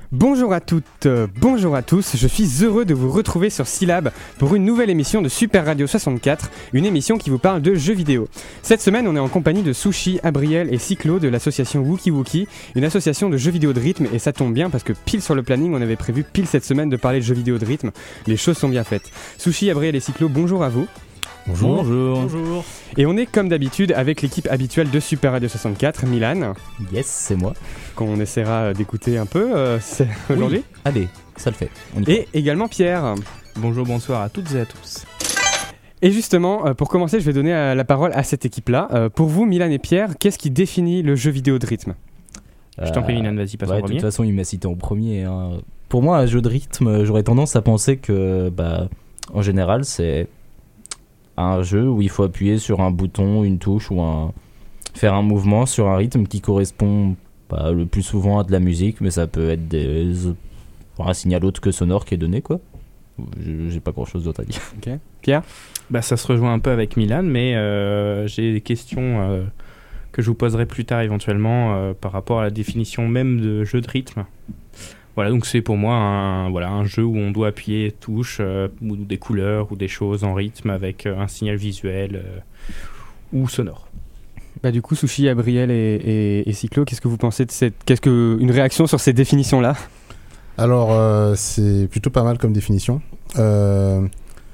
Bonjour à toutes, bonjour à tous, je suis heureux de vous retrouver sur Syllab pour une nouvelle émission de Super Radio 64, une émission qui vous parle de jeux vidéo. Cette semaine, on est en compagnie de Sushi, Abriel et Cyclo de l'association Wookie Wookie, une association de jeux vidéo de rythme, et ça tombe bien parce que pile sur le planning, on avait prévu pile cette semaine de parler de jeux vidéo de rythme. Les choses sont bien faites. Sushi, Abriel et Cyclo, bonjour à vous. Bonjour. Bonjour. Et on est comme d'habitude avec l'équipe habituelle de Super Radio 64, Milan. Yes, c'est moi. Qu'on essaiera d'écouter un peu aujourd'hui. Oui. Allez, ça le fait. Et également Pierre. Bonjour, bonsoir à toutes et à tous. Et justement, pour commencer, je vais donner la parole à cette équipe-là. Pour vous, Milan et Pierre, qu'est-ce qui définit le jeu vidéo de rythme ? Je t'en prie, Milan, vas-y, passe en premier. De toute façon, il m'a cité en premier. Hein. Pour moi, un jeu de rythme, j'aurais tendance à penser que, en général, c'est un jeu où il faut appuyer sur un bouton, une touche ou faire un mouvement sur un rythme qui correspond le plus souvent à de la musique, mais ça peut être un signal autre que sonore qui est donné, quoi. J'ai pas grand chose d'autre à dire. Ok. Pierre ? Ça se rejoint un peu avec Milan, mais j'ai des questions que je vous poserai plus tard éventuellement par rapport à la définition même de jeu de rythme. Voilà, donc c'est pour moi un jeu où on doit appuyer touches ou des couleurs ou des choses en rythme avec un signal visuel ou sonore. Du coup, Sushi, Abriel et Cyclo, qu'est-ce que vous pensez de une réaction sur ces définitions-là ? Alors, c'est plutôt pas mal comme définition. On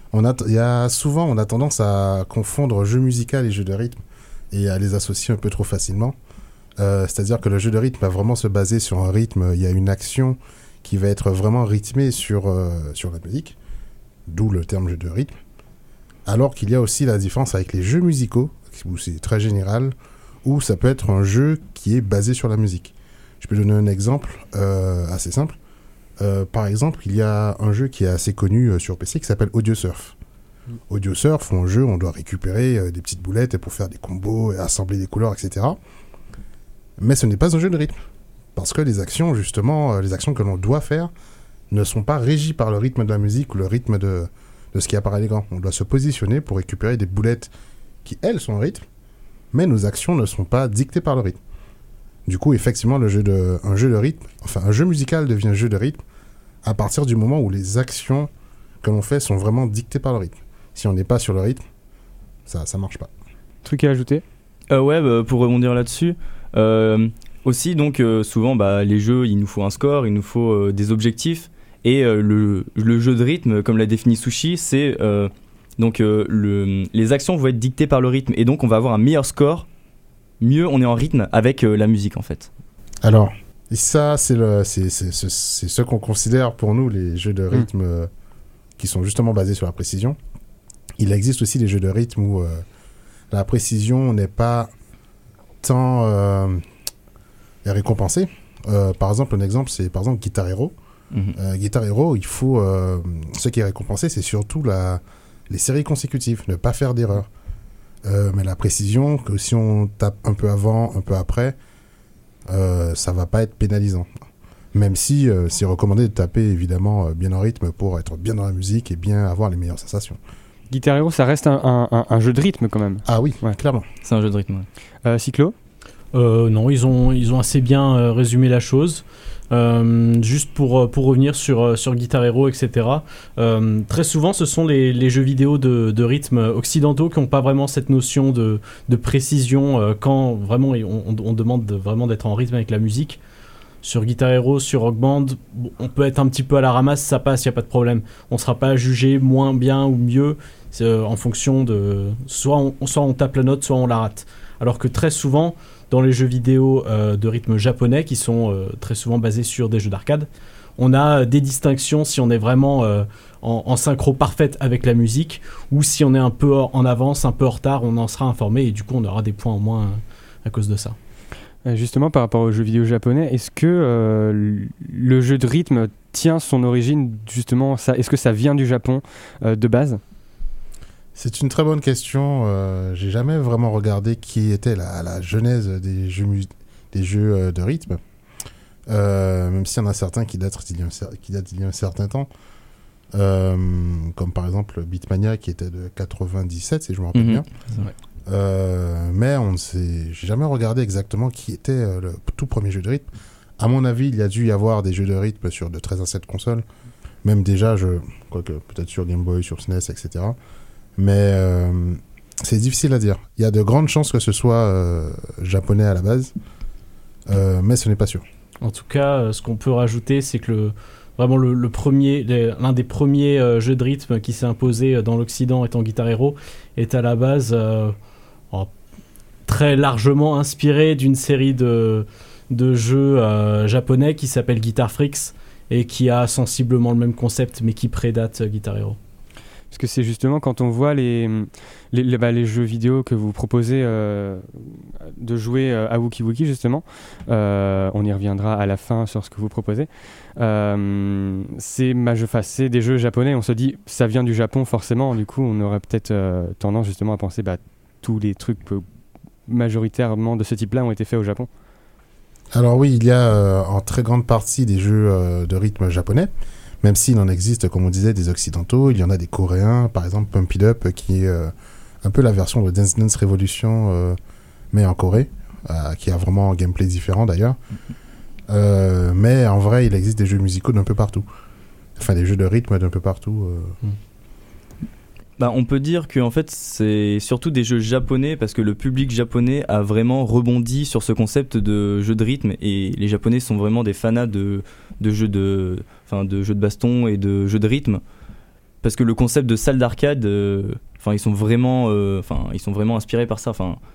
a tendance à confondre jeu musical et jeu de rythme et à les associer un peu trop facilement. C'est-à-dire que le jeu de rythme va vraiment se baser sur un rythme. Il y a une action qui va être vraiment rythmée sur la musique, d'où le terme jeu de rythme. Alors qu'il y a aussi la différence avec les jeux musicaux, où c'est très général, où ça peut être un jeu qui est basé sur la musique. Je peux donner un exemple assez simple. Par exemple, il y a un jeu qui est assez connu sur PC qui s'appelle Audiosurf. Audiosurf, un jeu où on doit récupérer des petites boulettes pour faire des combos et assembler des couleurs, etc. Mais ce n'est pas un jeu de rythme. Parce que les actions que l'on doit faire ne sont pas régies par le rythme de la musique ou le rythme de ce qui apparaît à l'écran. On doit se positionner pour récupérer des boulettes qui, elles, sont en rythme, mais nos actions ne sont pas dictées par le rythme. Du coup, effectivement, un jeu musical devient un jeu de rythme à partir du moment où les actions que l'on fait sont vraiment dictées par le rythme. Si on n'est pas sur le rythme, ça marche pas. Truc à ajouter ? Pour rebondir là-dessus, aussi, donc, souvent, les jeux, il nous faut un score, il nous faut des objectifs. Et le jeu de rythme, comme l'a défini Sushi, c'est... les actions vont être dictées par le rythme. Et donc, on va avoir un meilleur score. Mieux on est en rythme avec la musique, en fait. Alors, ça, c'est ce qu'on considère pour nous les jeux de rythme qui sont justement basés sur la précision. Il existe aussi des jeux de rythme où la précision n'est pas tant récompensée. Par exemple, un exemple, c'est par exemple Guitar Hero. Guitar Hero, il faut... ce qui est récompensé, c'est surtout les séries consécutives, ne pas faire d'erreur. Mais la précision, que si on tape un peu avant, un peu après, ça va pas être pénalisant. Même si c'est recommandé de taper évidemment bien en rythme pour être bien dans la musique et bien avoir les meilleures sensations. Guitar Hero, ça reste un jeu de rythme quand même. Ah oui, ouais. Clairement. C'est un jeu de rythme. Ouais. Cyclo ? Non, ils ont assez bien résumé la chose. Juste pour revenir sur Guitar Hero, etc. Très souvent, ce sont les jeux vidéo de rythme occidentaux qui n'ont pas vraiment cette notion de précision quand vraiment on demande vraiment d'être en rythme avec la musique. Sur Guitar Hero, sur Rock Band, on peut être un petit peu à la ramasse, ça passe, il n'y a pas de problème. On ne sera pas jugé moins bien ou mieux en fonction de... Soit on tape la note, soit on la rate. Alors que très souvent, dans les jeux vidéo de rythme japonais, qui sont très souvent basés sur des jeux d'arcade, on a des distinctions si on est vraiment en synchro parfaite avec la musique, ou si on est un peu en avance, un peu en retard, on en sera informé, et du coup on aura des points en moins à cause de ça. Justement, par rapport aux jeux vidéo japonais, est-ce que le jeu de rythme tient son origine, justement, est-ce que ça vient du Japon de base ? C'est une très bonne question. J'ai jamais vraiment regardé qui était la genèse des jeux de rythme. Même s'il y en a certains qui datent d'il y a un certain temps. Comme par exemple Beatmania qui était de 97, si je me rappelle bien. Mais j'ai jamais regardé exactement qui était le tout premier jeu de rythme. À mon avis, il y a dû y avoir des jeux de rythme sur de 13 à 7 consoles. Même déjà, quoique peut-être sur Game Boy, sur SNES, etc. Mais c'est difficile à dire. Il y a de grandes chances que ce soit japonais à la base, mais ce n'est pas sûr. En tout cas, ce qu'on peut rajouter, c'est que vraiment l'un des premiers jeux de rythme qui s'est imposé dans l'Occident étant Guitar Hero est à la base très largement inspiré d'une série de jeux japonais qui s'appelle Guitar Freaks et qui a sensiblement le même concept mais qui prédate Guitar Hero. Parce que c'est justement quand on voit les jeux vidéo que vous proposez de jouer à Wookie Wookie, justement, on y reviendra à la fin sur ce que vous proposez. C'est des jeux japonais, on se dit ça vient du Japon forcément, du coup on aurait peut-être tendance justement à penser tous les trucs majoritairement de ce type-là ont été faits au Japon. Alors oui, il y a en très grande partie des jeux de rythme japonais, même s'il en existe, comme on disait, des occidentaux. Il y en a des coréens, par exemple Pump It Up, qui est un peu la version de Dance Dance Revolution, mais en Corée, qui a vraiment un gameplay différent d'ailleurs. Mais en vrai, il existe des jeux musicaux d'un peu partout. Enfin, des jeux de rythme d'un peu partout. On peut dire que en fait, c'est surtout des jeux japonais parce que le public japonais a vraiment rebondi sur ce concept de jeu de rythme et les Japonais sont vraiment des fanas de jeux de baston et de jeux de rythme parce que le concept de salle d'arcade, ils sont vraiment inspirés par ça.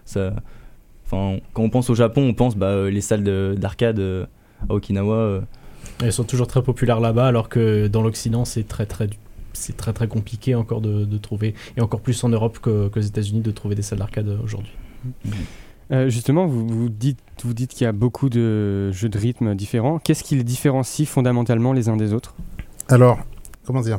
Quand on pense au Japon, on pense les salles d'arcade à Okinawa. Elles sont toujours très populaires là-bas alors que dans l'Occident c'est très très compliqué encore de trouver, et encore plus en Europe qu'aux États-Unis, de trouver des salles d'arcade aujourd'hui. Justement, vous dites qu'il y a beaucoup de jeux de rythme différents. Qu'est-ce qui les différencie fondamentalement les uns des autres ? Alors, comment dire ?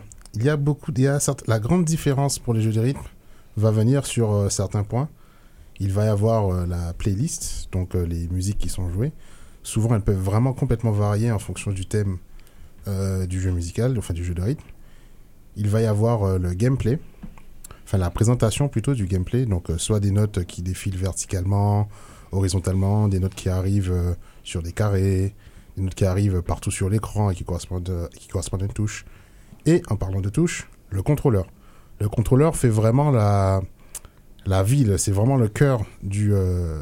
La grande différence pour les jeux de rythme va venir sur certains points. Il va y avoir la playlist, donc les musiques qui sont jouées. Souvent, elles peuvent vraiment complètement varier en fonction du thème du jeu musical, enfin du jeu de rythme. Il va y avoir le gameplay, enfin la présentation plutôt du gameplay, donc soit des notes qui défilent verticalement, horizontalement, des notes qui arrivent sur des carrés, des notes qui arrivent partout sur l'écran et qui correspondent à une touche. Et en parlant de touches, le contrôleur. Le contrôleur fait vraiment la ville, c'est vraiment le cœur du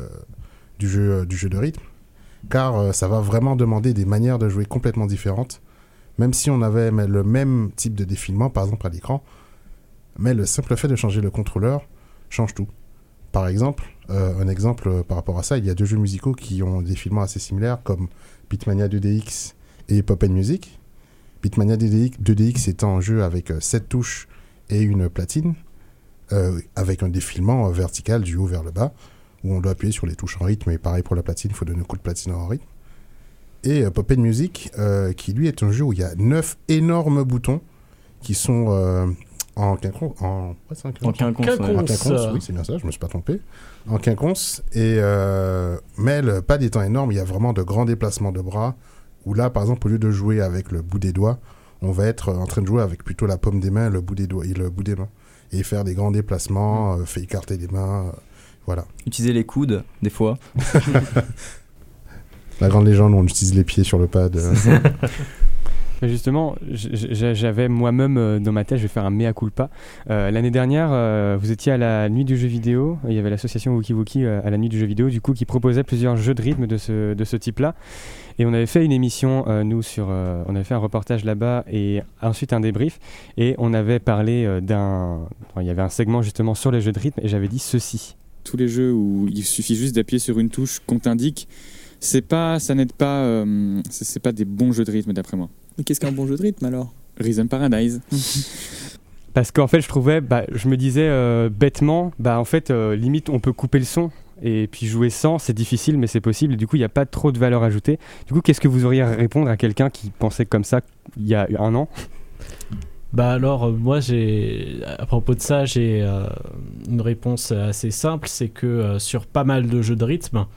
jeu de rythme, car ça va vraiment demander des manières de jouer complètement différentes. Même si on avait le même type de défilement, par exemple à l'écran, mais le simple fait de changer le contrôleur change tout. Par exemple, un exemple par rapport à ça, il y a deux jeux musicaux qui ont des défilements assez similaires, comme Beatmania 2DX et Pop & Music. Beatmania 2DX étant un jeu avec 7 touches et une platine, avec un défilement vertical du haut vers le bas, où on doit appuyer sur les touches en rythme, et pareil pour la platine, il faut donner un coup de platine en rythme. Et Pop & Music, qui lui est un jeu où il y a 9 énormes boutons qui sont en quinconce. En quinconce, oui, c'est bien ça, je me suis pas trompé. En quinconce, mais pas des temps énormes, il y a vraiment de grands déplacements de bras, où là, par exemple, au lieu de jouer avec le bout des doigts, on va être en train de jouer avec plutôt la paume des mains, le bout des doigts et le bout des mains. Et faire des grands déplacements, fait écarter les mains, voilà. Utiliser les coudes, des fois. La grande légende, on utilise les pieds sur le pad. Justement, j'avais moi-même dans ma tête, je vais faire un mea culpa. L'année dernière, vous étiez à la nuit du jeu vidéo. Il y avait l'association Wookie Wookie à la nuit du jeu vidéo, du coup, qui proposait plusieurs jeux de rythme de ce type-là. Et on avait fait une émission, on avait fait un reportage là-bas et ensuite un débrief. Et on avait parlé il y avait un segment justement sur les jeux de rythme et j'avais dit ceci. Tous les jeux où il suffit juste d'appuyer sur une touche qu'on t'indique, ça n'aide pas, c'est pas des bons jeux de rythme d'après moi. Mais qu'est-ce qu'un bon jeu de rythme alors ? Rhythm Paradise. Parce qu'en fait, je trouvais, je me disais bêtement, en fait, limite, on peut couper le son et puis jouer sans, c'est difficile, mais c'est possible. Et du coup, il n'y a pas trop de valeur ajoutée. Du coup, qu'est-ce que vous auriez à répondre à quelqu'un qui pensait comme ça il y a un an ? Alors, moi, à propos de ça, j'ai une réponse assez simple, c'est que sur pas mal de jeux de rythme,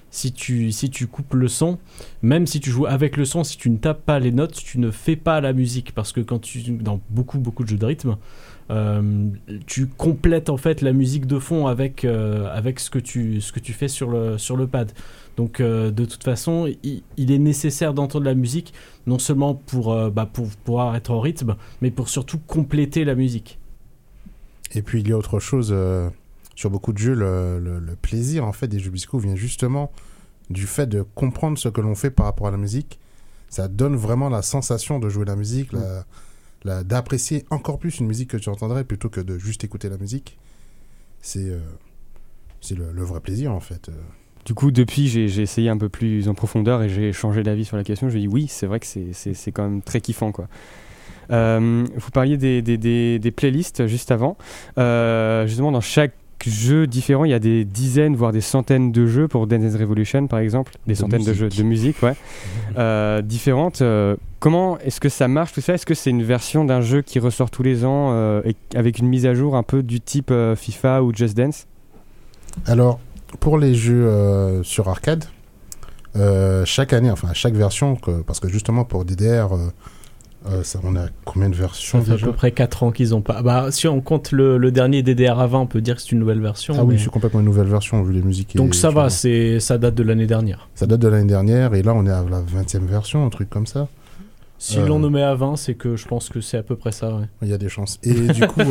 si tu coupes le son, même si tu joues avec le son, si tu ne tapes pas les notes, tu ne fais pas la musique. Parce que dans beaucoup de jeux de rythme, tu complètes en fait la musique de fond avec ce que tu fais sur le pad. Donc de toute façon, il est nécessaire d'entendre la musique, non seulement pour pouvoir être en rythme, mais pour surtout compléter la musique. Et puis il y a autre chose, sur beaucoup de jeux, le plaisir en fait des jeux musicaux vient justement du fait de comprendre ce que l'on fait par rapport à la musique. Ça donne vraiment la sensation de jouer la musique, d'apprécier encore plus une musique que tu entendrais plutôt que de juste écouter la musique. C'est le vrai plaisir en fait. Du coup, depuis, j'ai essayé un peu plus en profondeur et j'ai changé d'avis sur la question. Je me dis oui, c'est vrai que c'est quand même très kiffant, quoi. Vous parliez des playlists juste avant. Justement, dans chaque jeu différent, il y a des dizaines, voire des centaines de jeux pour Dance Dance Revolution, par exemple. Des centaines de jeux de musique, différentes. Comment est-ce que ça marche tout ça ? Est-ce que c'est une version d'un jeu qui ressort tous les ans et avec une mise à jour un peu du type FIFA ou Just Dance ? Alors, pour les jeux sur arcade, chaque année, enfin chaque version, parce que justement pour DDR, on a combien de versions déjà ? Ça fait à peu près 4 ans qu'ils ont pas. Si on compte le dernier DDR A20, on peut dire que c'est une nouvelle version. Ah oui, c'est complètement une nouvelle version vu les musiques. Donc ça va, ça date de l'année dernière. Ça date de l'année dernière et là on est à la 20e version, un truc comme ça. Si l'on nommait à 20, c'est que je pense que c'est à peu près ça. Ouais. Il y a des chances. Et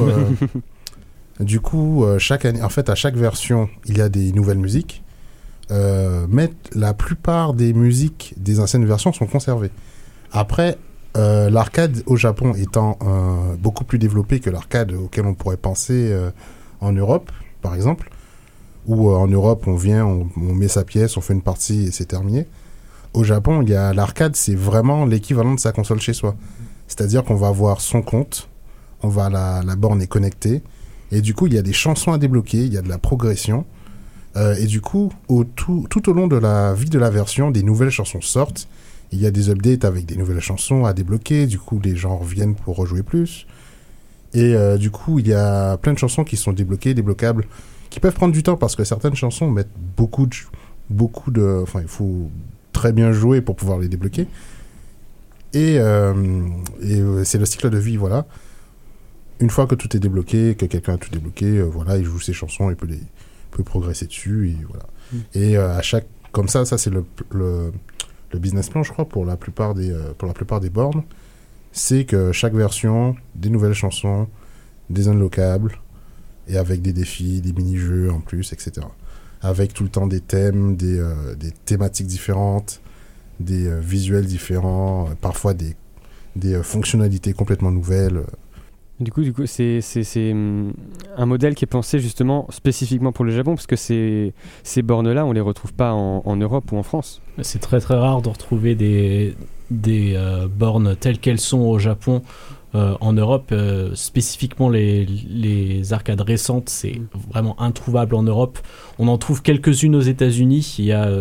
du coup, chaque année, en fait, à chaque version, il y a des nouvelles musiques. Mais la plupart des musiques des anciennes versions sont conservées. Après, l'arcade au Japon étant beaucoup plus développé que l'arcade auquel on pourrait penser en Europe, par exemple, où en Europe, on vient, on met sa pièce, on fait une partie et c'est terminé. Au Japon, il y a l'arcade, c'est vraiment l'équivalent de sa console chez soi. C'est-à-dire qu'on va avoir son compte, la borne est connectée, et du coup, il y a des chansons à débloquer, il y a de la progression. Et du coup, tout au long de la vie de la version, des nouvelles chansons sortent. Il y a des updates avec des nouvelles chansons à débloquer. Du coup, les gens reviennent pour rejouer plus. Et du coup, il y a plein de chansons qui sont débloquables, qui peuvent prendre du temps parce que certaines chansons mettent beaucoup de... Enfin, il faut très bien jouer pour pouvoir les débloquer. Et c'est le cycle de vie, voilà. Une fois que tout est débloqué, que quelqu'un a tout débloqué, il joue ses chansons, il peut progresser dessus, et voilà. Et comme ça c'est le business plan, je crois, pour la plupart des bornes, c'est que chaque version, des nouvelles chansons, des unlockables, et avec des défis, des mini-jeux en plus, etc. Avec tout le temps des thèmes, des thématiques différentes, des visuels différents, parfois des fonctionnalités complètement nouvelles. Du coup, c'est un modèle qui est pensé justement spécifiquement pour le Japon, parce que ces bornes-là, on les retrouve pas en Europe ou en France. C'est très très rare de retrouver des bornes telles qu'elles sont au Japon en Europe. Spécifiquement les arcades récentes, c'est vraiment introuvable en Europe. On en trouve quelques-unes aux États-Unis. Il y a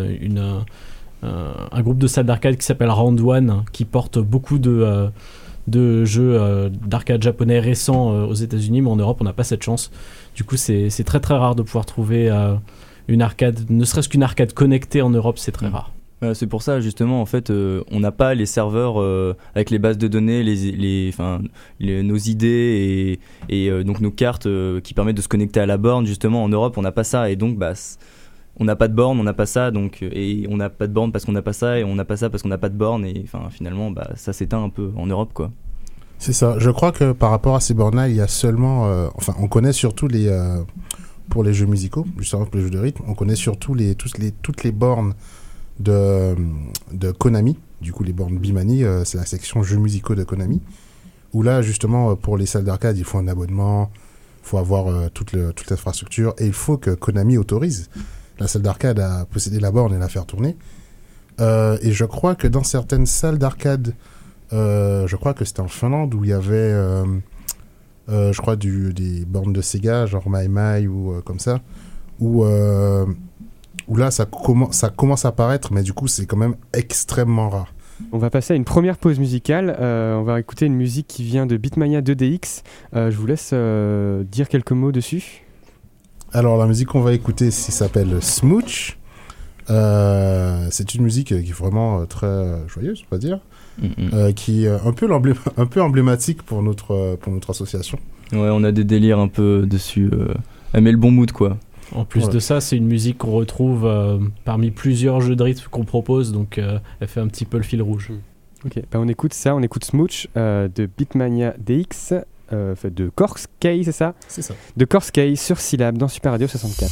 un groupe de salles d'arcade qui s'appelle Round One qui porte beaucoup de jeux d'arcade japonais récents aux États-Unis, mais en Europe on n'a pas cette chance. Du coup c'est très très rare de pouvoir trouver une arcade, ne serait-ce qu'une arcade connectée en Europe, c'est très rare. C'est pour ça justement en fait on n'a pas les serveurs avec les bases de données, nos idées et donc nos cartes qui permettent de se connecter à la borne. Justement en Europe on n'a pas ça et donc on n'a pas de borne, on n'a pas ça, donc, et on n'a pas de borne parce qu'on n'a pas ça, et on n'a pas ça parce qu'on n'a pas de borne, et finalement, ça s'éteint un peu en Europe, quoi. C'est ça. Je crois que par rapport à ces bornes-là, il y a seulement... on connaît surtout pour les jeux musicaux, justement pour les jeux de rythme, on connaît surtout toutes les bornes de Konami. Du coup, les bornes Bimani, c'est la section jeux musicaux de Konami, où là, justement, pour les salles d'arcade, il faut un abonnement, il faut avoir toute l'infrastructure, et il faut que Konami autorise la salle d'arcade à posséder la borne et la faire tourner. Et je crois que dans certaines salles d'arcade, je crois que c'était en Finlande où il y avait, je crois, des bornes de Sega, genre Mai Mai ou comme ça, où là ça commence à apparaître, mais du coup c'est quand même extrêmement rare. On va passer à une première pause musicale. On va écouter une musique qui vient de Beatmania 2DX. Je vous laisse dire quelques mots dessus. Alors la musique qu'on va écouter s'appelle Smooch. C'est une musique qui est vraiment très joyeuse, on va dire, qui est un peu emblématique pour notre association. Ouais, on a des délires un peu dessus. Elle met le bon mood, quoi. En plus de ça, c'est une musique qu'on retrouve parmi plusieurs jeux de rythme qu'on propose, donc elle fait un petit peu le fil rouge. Ok, bah on écoute ça, on écoute Smooch de Beatmania DX, de Corskay, c'est ça ? C'est ça. De Corskay sur Syllab dans Super Radio 64.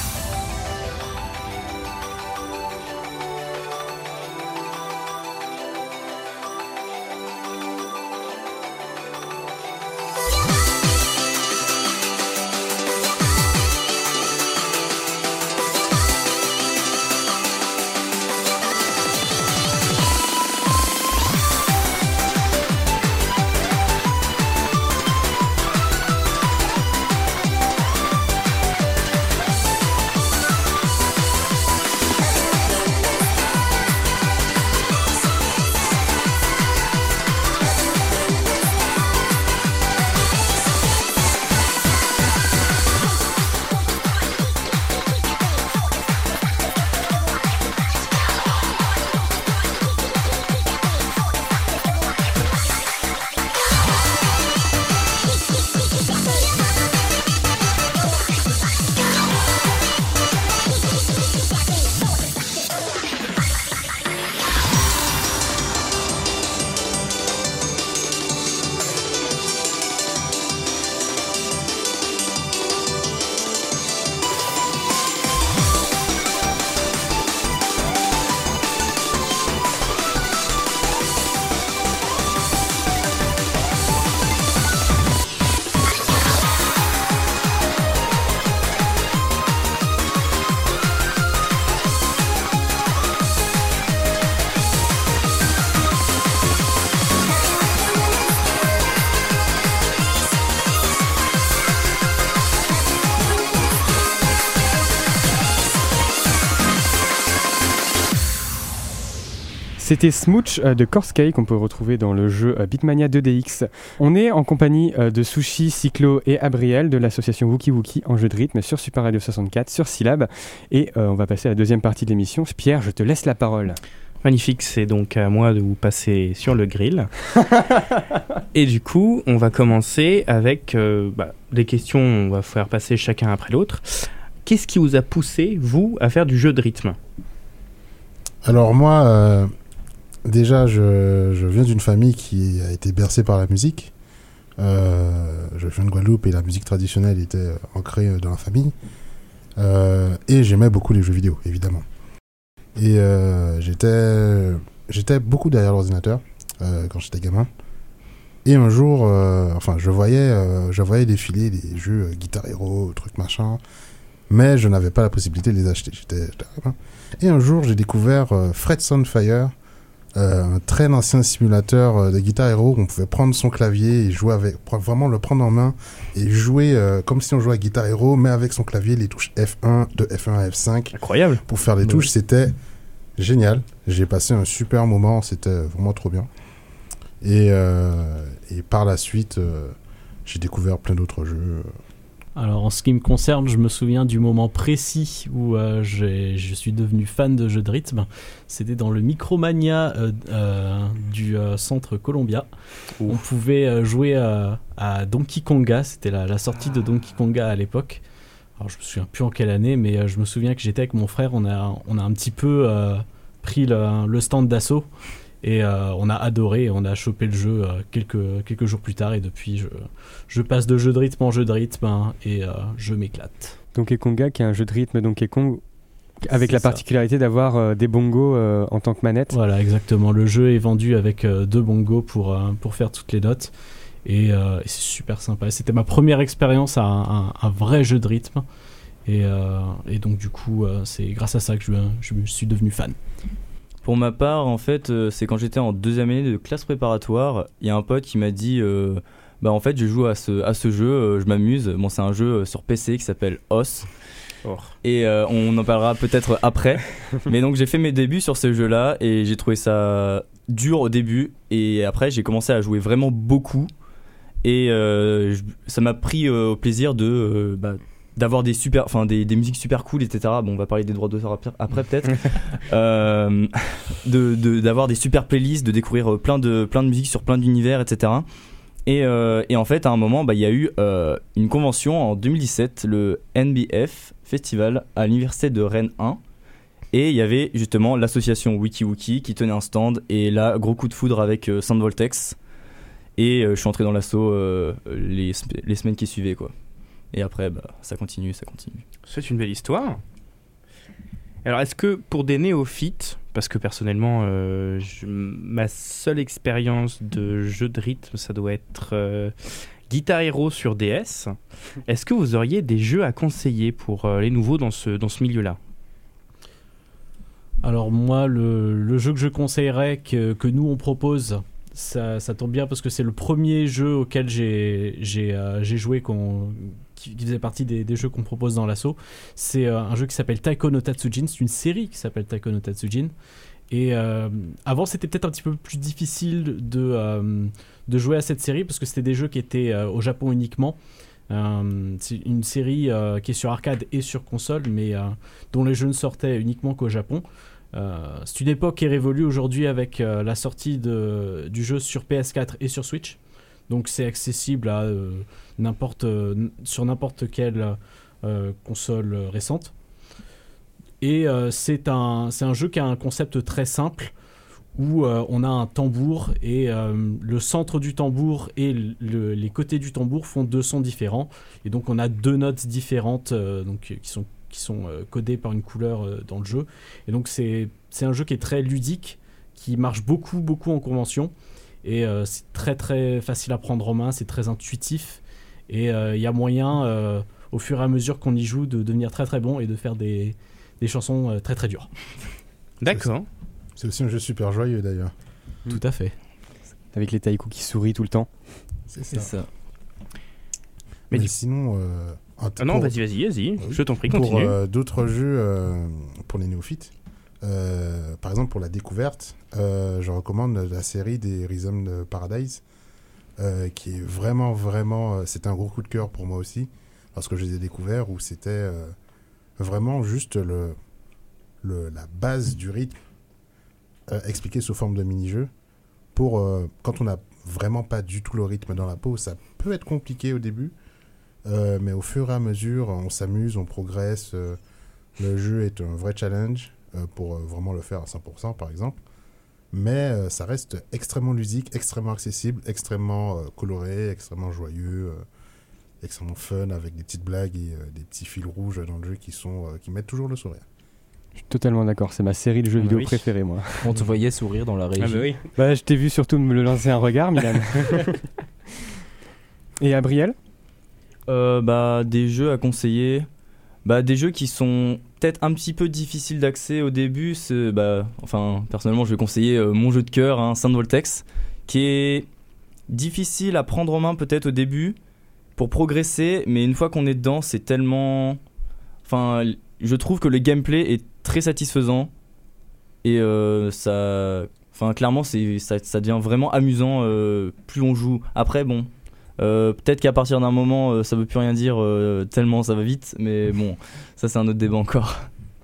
C'était Smooch de Corskay qu'on peut retrouver dans le jeu Beatmania 2DX. On est en compagnie de Sushi, Cyclo et Abriel de l'association Wookie Wookie en jeu de rythme sur Super Radio 64, sur Syllab. Et on va passer à la deuxième partie de l'émission. Pierre, je te laisse la parole. Magnifique, c'est donc à moi de vous passer sur le grill. Et du coup, on va commencer avec des questions, on va faire passer chacun après l'autre. Qu'est-ce qui vous a poussé, vous, à faire du jeu de rythme ? Alors moi, déjà, je viens d'une famille qui a été bercée par la musique. Je viens de Guadeloupe et la musique traditionnelle était ancrée dans la famille. Et j'aimais beaucoup les jeux vidéo, évidemment. Et j'étais beaucoup derrière l'ordinateur quand j'étais gamin. Et un jour, je voyais défiler les jeux Guitar Hero, trucs machin, mais je n'avais pas la possibilité de les acheter. Et un jour, j'ai découvert Frets on Fire, un très ancien simulateur de Guitar Hero où on pouvait prendre son clavier et jouer avec, vraiment le prendre en main et jouer comme si on jouait à Guitar Hero, mais avec son clavier, les touches F1, de F1 à F5. Incroyable. Pour faire les touches, c'était génial. J'ai passé un super moment, c'était vraiment trop bien. Et par la suite, j'ai découvert plein d'autres jeux. Alors en ce qui me concerne, je me souviens du moment précis où je suis devenu fan de jeux de rythme. C'était dans le Micromania du centre Columbia. Ouf. On pouvait jouer à Donkey Konga, c'était la sortie de Donkey Konga à l'époque. Alors je me souviens plus en quelle année, mais je me souviens que j'étais avec mon frère, on a un petit peu pris le stand d'assaut. Et on a adoré, on a chopé le jeu quelques jours plus tard et depuis je passe de jeu de rythme en jeu de rythme et je m'éclate. Donkey Konga qui est un jeu de rythme Donkey Kong avec la particularité d'avoir des bongos en tant que manette. Voilà, exactement. Le jeu est vendu avec 2 bongos pour faire toutes les notes et c'est super sympa. C'était ma première expérience à un vrai jeu de rythme et donc du coup c'est grâce à ça que je me suis devenu fan. Pour ma part, en fait, c'est quand j'étais en 2e année de classe préparatoire, il y a un pote qui m'a dit en fait, je joue à ce jeu, je m'amuse. Bon, c'est un jeu sur PC qui s'appelle OS. Oh. Et on en parlera peut-être après. Mais donc, j'ai fait mes débuts sur ce jeu-là et j'ai trouvé ça dur au début. Et après, j'ai commencé à jouer vraiment beaucoup. Et ça m'a pris au plaisir de d'avoir des musiques super cool, etc. Bon, on va parler des droits d'auteur après peut-être. D'avoir des super playlists, de découvrir plein de musiques sur plein d'univers, etc. Et en fait, à un moment, il y a eu une convention en 2017, le NBF Festival à l'université de Rennes 1. Et il y avait justement l'association WikiWiki qui tenait un stand. Et là, gros coup de foudre avec Soundvoltex. Et je suis entré dans l'asso les semaines qui suivaient, quoi. Et après, ça continue. C'est une belle histoire. Alors, est-ce que pour des néophytes, parce que personnellement, ma seule expérience de jeu de rythme, ça doit être Guitar Hero sur DS, est-ce que vous auriez des jeux à conseiller pour les nouveaux dans ce milieu-là ? Alors moi, le jeu que je conseillerais que nous on propose, ça tombe bien parce que c'est le premier jeu auquel j'ai joué qui faisait partie des jeux qu'on propose dans l'assaut. C'est un jeu qui s'appelle Taiko no Tatsujin. C'est une série qui s'appelle Taiko no Tatsujin. Et avant, c'était peut-être un petit peu plus difficile de jouer à cette série parce que c'était des jeux qui étaient au Japon uniquement. C'est une série qui est sur arcade et sur console, mais dont les jeux ne sortaient uniquement qu'au Japon. C'est une époque qui est révolue aujourd'hui avec la sortie du jeu sur PS4 et sur Switch. Donc c'est accessible à sur n'importe quelle console récente. Et c'est un jeu qui a un concept très simple où on a un tambour et le centre du tambour et les côtés du tambour font deux sons différents. Et donc on a deux notes différentes qui sont codées par une couleur dans le jeu. Et donc c'est un jeu qui est très ludique, qui marche beaucoup en convention. Et c'est très très facile à prendre en main, c'est très intuitif. Et il y a moyen, au fur et à mesure qu'on y joue, de devenir très très bon et de faire des chansons très très dures. D'accord. C'est aussi un jeu super joyeux d'ailleurs. Tout à fait. Avec les taïkus qui sourient tout le temps. C'est ça. Mais sinon... non, vas-y, je t'en prie, continue. Pour d'autres jeux pour les néophytes, par exemple pour la découverte, je recommande la série des Rhythm Paradise, qui est vraiment, c'était un gros coup de cœur pour moi aussi, parce que je les ai découverts, où c'était vraiment juste la base du rythme, expliqué sous forme de mini-jeu. Pour quand on n'a vraiment pas du tout le rythme dans la peau, ça peut être compliqué au début, mais au fur et à mesure, on s'amuse, on progresse. Le jeu est un vrai challenge pour vraiment le faire à 100%, par exemple. Mais ça reste extrêmement ludique, extrêmement accessible, extrêmement coloré, extrêmement joyeux, extrêmement fun, avec des petites blagues et des petits fils rouges dans le jeu qui mettent toujours le sourire. Je suis totalement d'accord, c'est ma série de jeux vidéo préférée, moi. On te voyait sourire dans la régie. Je t'ai vu surtout me lancer un regard, Milan. Et Gabriel ? Des jeux à conseiller, des jeux qui sont peut-être un petit peu difficiles d'accès au début. Personnellement, je vais conseiller mon jeu de cœur, Soundvoltex, qui est difficile à prendre en main peut-être au début pour progresser, mais une fois qu'on est dedans, c'est tellement... je trouve que le gameplay est très satisfaisant et clairement, ça devient vraiment amusant plus on joue. Après, bon... peut-être qu'à partir d'un moment ça veut plus rien dire tellement ça va vite, mais bon, ça c'est un autre débat encore.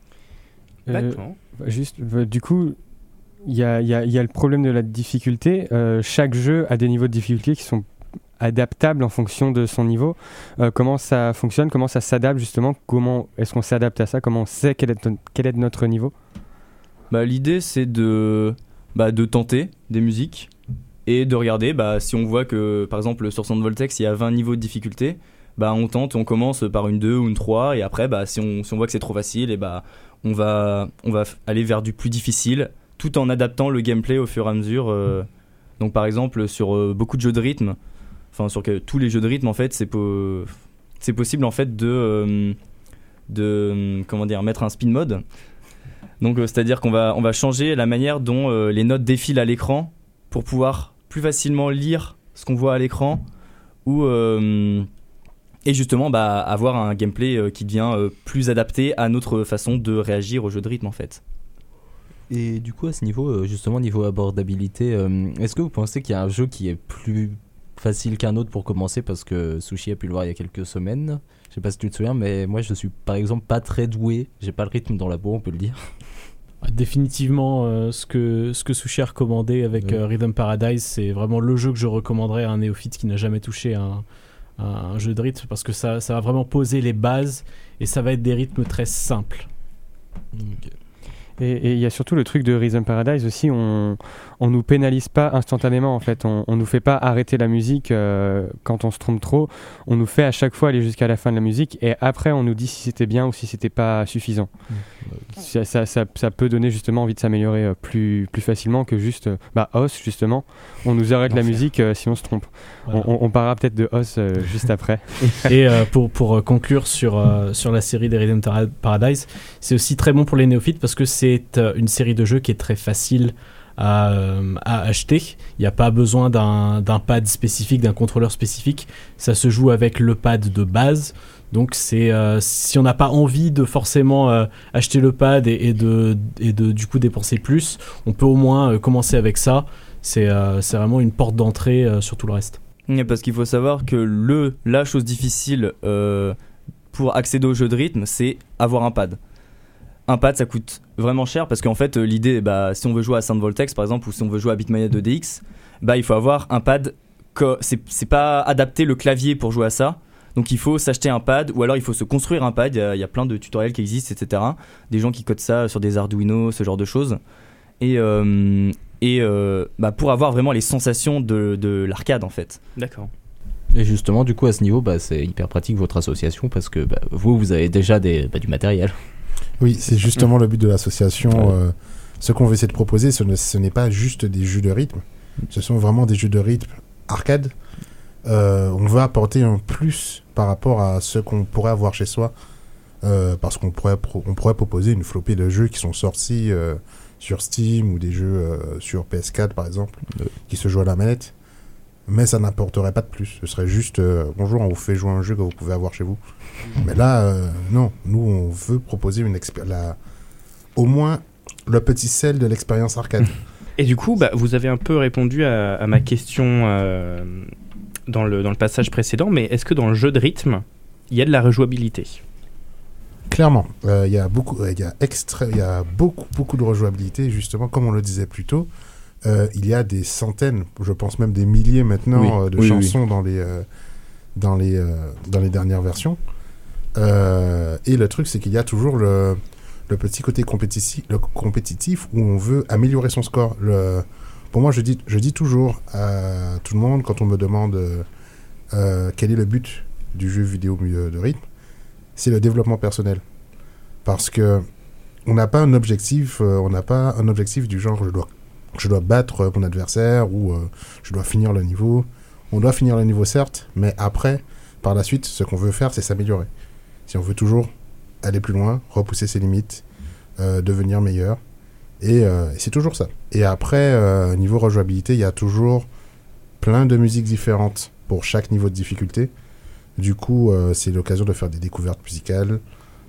Du coup, il y a le problème de la difficulté. Chaque jeu a des niveaux de difficulté qui sont adaptables en fonction de son niveau. Comment ça fonctionne, comment ça s'adapte justement, comment est-ce qu'on s'adapte à ça, comment on sait quel est notre niveau? L'idée c'est de tenter des musiques et de regarder si on voit que par exemple sur Soundvoltex il y a 20 niveaux de difficulté, on tente, on commence par une 2 ou une 3 et après si on voit que c'est trop facile, et on va aller vers du plus difficile tout en adaptant le gameplay au fur et à mesure. Donc par exemple sur beaucoup de jeux de rythme, sur tous les jeux de rythme en fait, c'est possible en fait de mettre un spin mode. Donc c'est-à-dire qu'on va changer la manière dont les notes défilent à l'écran pour pouvoir plus facilement lire ce qu'on voit à l'écran, et justement avoir un gameplay qui devient plus adapté à notre façon de réagir au jeu de rythme en fait. Et du coup à ce niveau, justement niveau abordabilité, est-ce que vous pensez qu'il y a un jeu qui est plus facile qu'un autre pour commencer parce que Sushi a pu le voir il y a quelques semaines. Je sais pas si tu te souviens, mais moi je suis par exemple pas très doué. J'ai pas le rythme dans la peau, on peut le dire. Définitivement, ce que Sushi a recommandé avec Rhythm Paradise, c'est vraiment le jeu que je recommanderais à un néophyte qui n'a jamais touché un jeu de rythme, parce que ça va vraiment poser les bases et ça va être des rythmes très simples. Okay. Et il y a surtout le truc de Rhythm Paradise aussi, on nous pénalise pas instantanément en fait, on nous fait pas arrêter la musique quand on se trompe trop, on nous fait à chaque fois aller jusqu'à la fin de la musique et après on nous dit si c'était bien ou si c'était pas suffisant. Ça peut donner justement envie de s'améliorer plus facilement que juste Os justement, on nous arrête la musique si on se trompe. Voilà. On parlera peut-être de Os juste après. Et pour conclure sur la série des Rhythm Paradise, c'est aussi très bon pour les néophytes parce que c'est une série de jeux qui est très facile à acheter. Il n'y a pas besoin d'un pad spécifique, d'un contrôleur spécifique. Ça se joue avec le pad de base. Donc si on n'a pas envie de forcément acheter le pad et de du coup dépenser plus, on peut au moins commencer avec ça. C'est vraiment une porte d'entrée sur tout le reste. Parce qu'il faut savoir que la chose difficile pour accéder au jeu de rythme, c'est avoir un pad. Un pad, ça coûte vraiment cher parce qu'en fait, l'idée, si on veut jouer à Sound Voltex par exemple, ou si on veut jouer à Beatmania 2DX, il faut avoir un pad. C'est pas adapté le clavier pour jouer à ça. Donc il faut s'acheter un pad ou alors il faut se construire un pad. Il y a plein de tutoriels qui existent, etc. Des gens qui codent ça sur des Arduino, ce genre de choses. Et pour avoir vraiment les sensations de l'arcade en fait. D'accord. Et justement, du coup, à ce niveau, c'est hyper pratique votre association parce que vous avez déjà du matériel. Oui, c'est justement le but de l'association. Ouais. Ce qu'on veut essayer de proposer, ce n'est pas juste des jeux de rythme, ce sont vraiment des jeux de rythme arcade. On veut apporter un plus par rapport à ce qu'on pourrait avoir chez soi, parce qu'on pourrait proposer une flopée de jeux qui sont sortis sur Steam ou des jeux sur PS4 par exemple, qui se jouent à la manette. Mais ça n'apporterait pas de plus. Ce serait juste bonjour, on vous fait jouer un jeu que vous pouvez avoir chez vous. Mais là, non. Nous, on veut proposer au moins le petit sel de l'expérience arcade. Et du coup, vous avez un peu répondu à ma question dans le passage précédent, mais est-ce que dans le jeu de rythme, il y a de la rejouabilité ? Clairement. Il y a beaucoup de rejouabilité, justement, comme on le disait plus tôt. Il y a des centaines, je pense même des milliers maintenant de chansons dans les dernières versions. Et le truc, c'est qu'il y a toujours le petit côté compétitif où on veut améliorer son score. Pour moi, je dis toujours à tout le monde quand on me demande quel est le but du jeu vidéo de rythme, c'est le développement personnel. Parce que on n'a pas un objectif du genre je dois battre mon adversaire ou je dois finir le niveau. On doit finir le niveau certes, mais après, par la suite, ce qu'on veut faire, c'est s'améliorer. Si on veut toujours aller plus loin, repousser ses limites, devenir meilleur, et c'est toujours ça. Et après, niveau rejouabilité, il y a toujours plein de musiques différentes pour chaque niveau de difficulté. Du coup, c'est l'occasion de faire des découvertes musicales,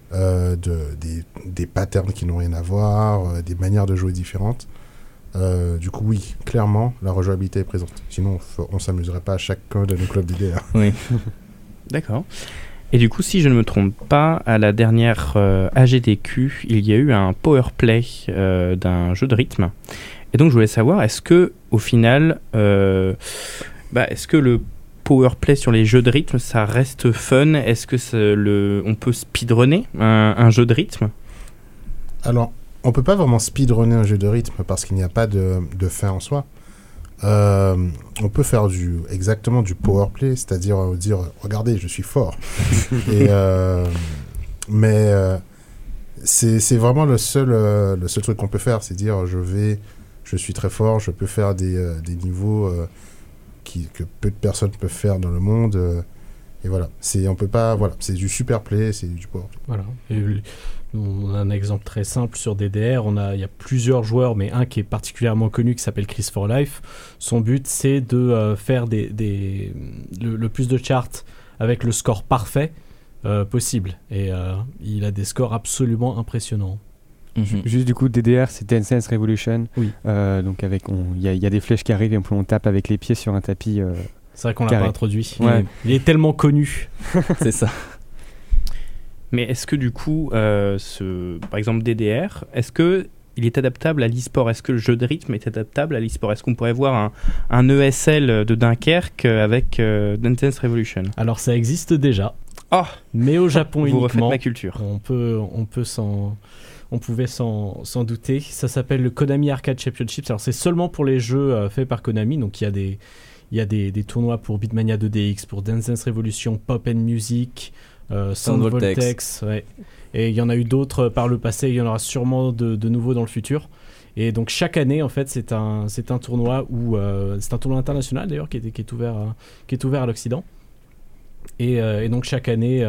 des patterns qui n'ont rien à voir, des manières de jouer différentes. Du coup, oui, clairement, la rejouabilité est présente. Sinon, on s'amuserait pas à chacun de nos clubs d'idées. Oui. D'accord. Et du coup, si je ne me trompe pas, à la dernière AGDQ, il y a eu un powerplay d'un jeu de rythme. Et donc, je voulais savoir, est-ce que, au final, est-ce que le powerplay sur les jeux de rythme, ça reste fun ? Est-ce que on peut speedrunner un jeu de rythme ? Alors, on peut pas vraiment speedrunner un jeu de rythme parce qu'il n'y a pas de fin en soi. On peut faire exactement du powerplay, c'est-à-dire dire regardez, je suis fort. Mais c'est vraiment le seul truc qu'on peut faire, c'est dire je suis très fort, je peux faire des niveaux que peu de personnes peuvent faire dans le monde. Et voilà, on peut pas, voilà, c'est du super play, c'est du powerplay. Voilà. Et on a un exemple très simple sur DDR. Il y a plusieurs joueurs, mais un qui est particulièrement connu qui s'appelle Chris for Life. Son but, c'est de faire le plus de charts avec le score parfait possible. Et il a des scores absolument impressionnants. Juste du coup, DDR, c'est Dance Dance Revolution. Oui. Donc il y a des flèches qui arrivent et on tape avec les pieds sur un tapis. C'est vrai qu'on l'a Carré. pas introduit. Ouais. Il est tellement connu. C'est ça. Mais est-ce que du coup, par exemple DDR, est-ce que il est adaptable à l'e-sport? Est-ce que le jeu de rythme est adaptable à l'e-sport? Est-ce qu'on pourrait voir un ESL de Dunkerque avec Dance Dance Revolution? Alors ça existe déjà, Oh, mais au Japon vous refaites uniquement. ma culture. On pouvait s'en douter. Ça s'appelle le Konami Arcade Championships. Alors c'est seulement pour les jeux faits par Konami. Donc il y a des tournois pour Beatmania 2DX, pour Dance Dance Revolution, Pop and Music, Sound Voltex. Ouais. Et il y en a eu d'autres par le passé. Il y en aura sûrement de nouveaux dans le futur. Et donc chaque année, en fait, c'est un tournoi c'est un tournoi international d'ailleurs qui est ouvert à l'Occident. Et donc chaque année,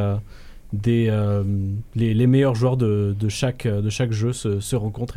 les meilleurs joueurs de chaque jeu se rencontrent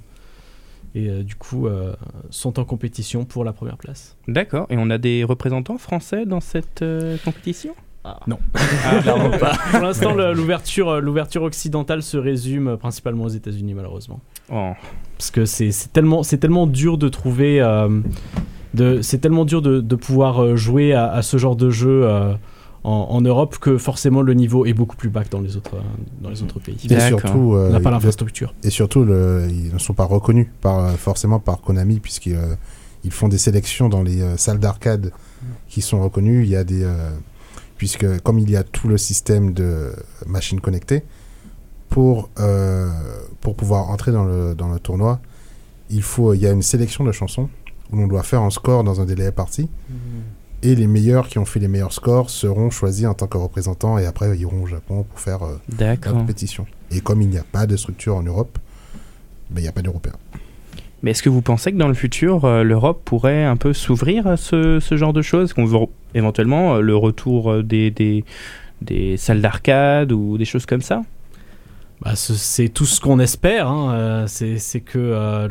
et du coup sont en compétition pour la première place. D'accord. Et on a des représentants français dans cette compétition? Non. Clairement pas. Pour l'instant, l'ouverture occidentale se résume principalement aux États-Unis, malheureusement. Oh. Parce que c'est tellement dur de trouver, c'est tellement dur de pouvoir jouer à ce genre de jeu en Europe que forcément le niveau est beaucoup plus bas que dans les autres pays. Et D'accord. surtout, On n'a pas l'infrastructure. ils ne sont pas reconnus forcément par Konami, puisqu'ils ils font des sélections dans les salles d'arcade qui sont reconnues. Il y a puisque comme il y a tout le système de machines connectées, pour pouvoir entrer dans le tournoi, il y a une sélection de chansons où l'on doit faire un score dans un délai imparti. Et les meilleurs qui ont fait les meilleurs scores seront choisis en tant que représentants et après ils iront au Japon pour faire la D'accord. compétition. Et comme il n'y a pas de structure en Europe, il n'y a pas d'Européens. Mais est-ce que vous pensez que dans le futur, l'Europe pourrait un peu s'ouvrir à ce genre de choses? Qu'on veut éventuellement le retour des salles d'arcade ou des choses comme ça? Bah, c'est tout ce qu'on espère. Hein. C'est que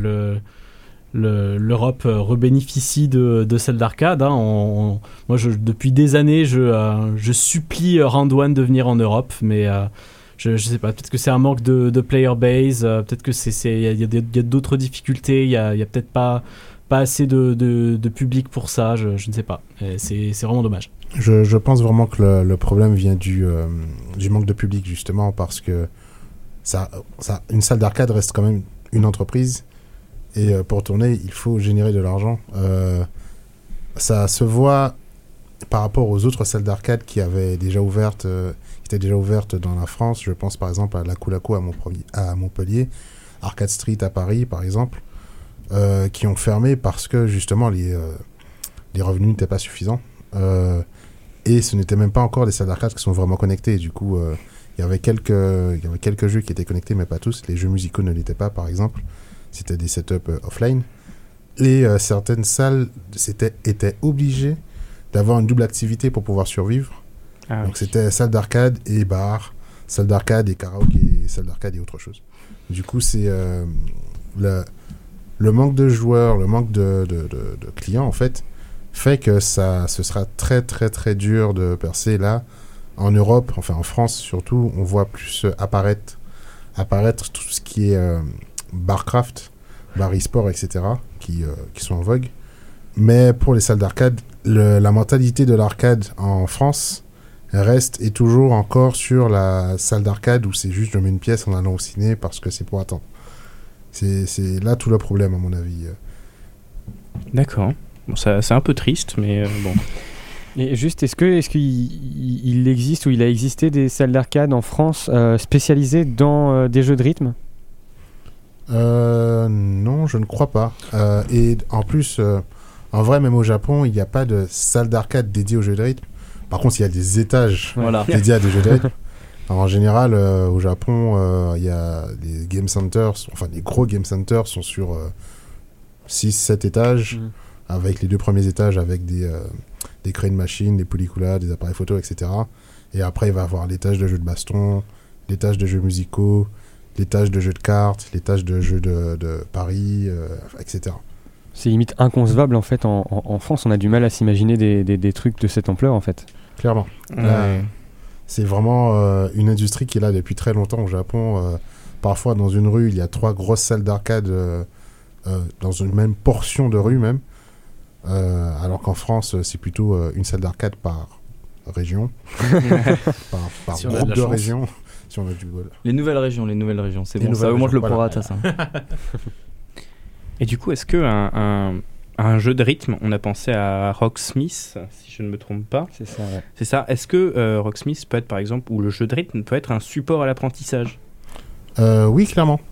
l'Europe rebénéficie de salles d'arcade. Hein. Moi, depuis des années, je supplie Round One de venir en Europe, mais je sais pas. Peut-être que c'est un manque de player base. Peut-être que il y a d'autres difficultés. Il y a peut-être pas assez de public pour ça. Je ne sais pas. Et c'est vraiment dommage. Je pense vraiment que le problème vient du manque de public, justement, parce que une salle d'arcade reste quand même une entreprise. Et pour tourner, il faut générer de l'argent. Ça se voit par rapport aux autres salles d'arcade qui étaient déjà ouvertes dans la France. Je pense par exemple à Laku Laku à Montpellier, Arcade Street à Paris par exemple, qui ont fermé parce que justement les revenus n'étaient pas suffisants. Et ce n'étaient même pas encore des salles d'arcade qui sont vraiment connectées. Du coup, il y avait quelques jeux qui étaient connectés, mais pas tous. Les jeux musicaux ne l'étaient pas, par exemple. C'était des setups offline. Et certaines salles étaient obligées d'avoir une double activité pour pouvoir survivre. Ah, Donc oui. c'était salle d'arcade et bar, salle d'arcade et karaoké, salle d'arcade et autre chose. Du coup, c'est le manque de joueurs, le manque de clients, en fait que ce sera très très très dur de percer là. En Europe, enfin en France surtout, on voit plus apparaître tout ce qui est barcraft, bar e-sport, etc. qui sont en vogue. Mais pour les salles d'arcade, la mentalité de l'arcade en France reste et toujours encore sur la salle d'arcade où c'est juste je mets une pièce en allant au ciné parce que c'est pour attendre. C'est là tout le problème à mon avis. D'accord. Bon, c'est un peu triste, mais bon. Et juste, est-ce qu'il existe ou il a existé des salles d'arcade en France spécialisées dans des jeux de rythme? Non, je ne crois pas. Et en plus, en vrai, même au Japon, il n'y a pas de salle d'arcade dédiée aux jeux de rythme. Par contre, il y a des étages Voilà. dédiés à des jeux de rythme. Alors, en général, au Japon, il y a des game centers, enfin les gros game centers sont sur 6-7 étages, avec les 2 premiers étages avec des crane machines, des pelliculas, des appareils photo, etc. Et après, il va y avoir l'étage de jeux de baston, l'étage de jeux musicaux, l'étage de jeux de cartes, l'étage de jeux de paris, etc. C'est limite inconcevable en fait. En France, on a du mal à s'imaginer des trucs de cette ampleur en fait. Clairement. Ouais. C'est vraiment une industrie qui est là depuis très longtemps au Japon. Parfois, dans une rue, il y a 3 grosses salles d'arcade dans une même portion de rue même. alors qu'en France, c'est plutôt une salle d'arcade par région, par Si on a de groupe la de chance. régions, si on a du bol. Les nouvelles régions, c'est Les bon, ça nouvelles augmente le régions, prorata, ça. Et du coup, est-ce que un jeu de rythme, on a pensé à Rocksmith, si je ne me trompe pas. C'est ça, ouais. C'est ça. Est-ce que Rocksmith peut être, par exemple, ou le jeu de rythme peut être un support à l'apprentissage? Oui, clairement.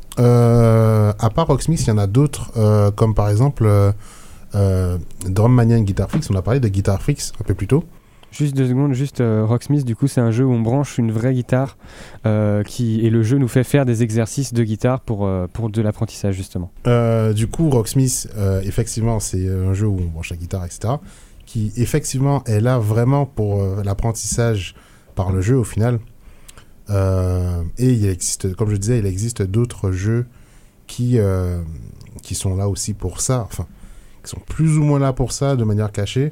À part Rocksmith, il y en a d'autres, comme par exemple Drummania et Guitar Freaks. On a parlé de Guitar Freaks un peu plus tôt. Juste 2 secondes, Rocksmith, du coup, c'est un jeu où on branche une vraie guitare et le jeu nous fait faire des exercices de guitare pour de l'apprentissage, justement. Du coup, Rocksmith, effectivement, c'est un jeu où on branche la guitare, etc. Qui, effectivement, est là vraiment pour l'apprentissage par le jeu, au final. Et il existe, comme je disais, il existe d'autres jeux qui sont là aussi pour ça, enfin, qui sont plus ou moins là pour ça, de manière cachée.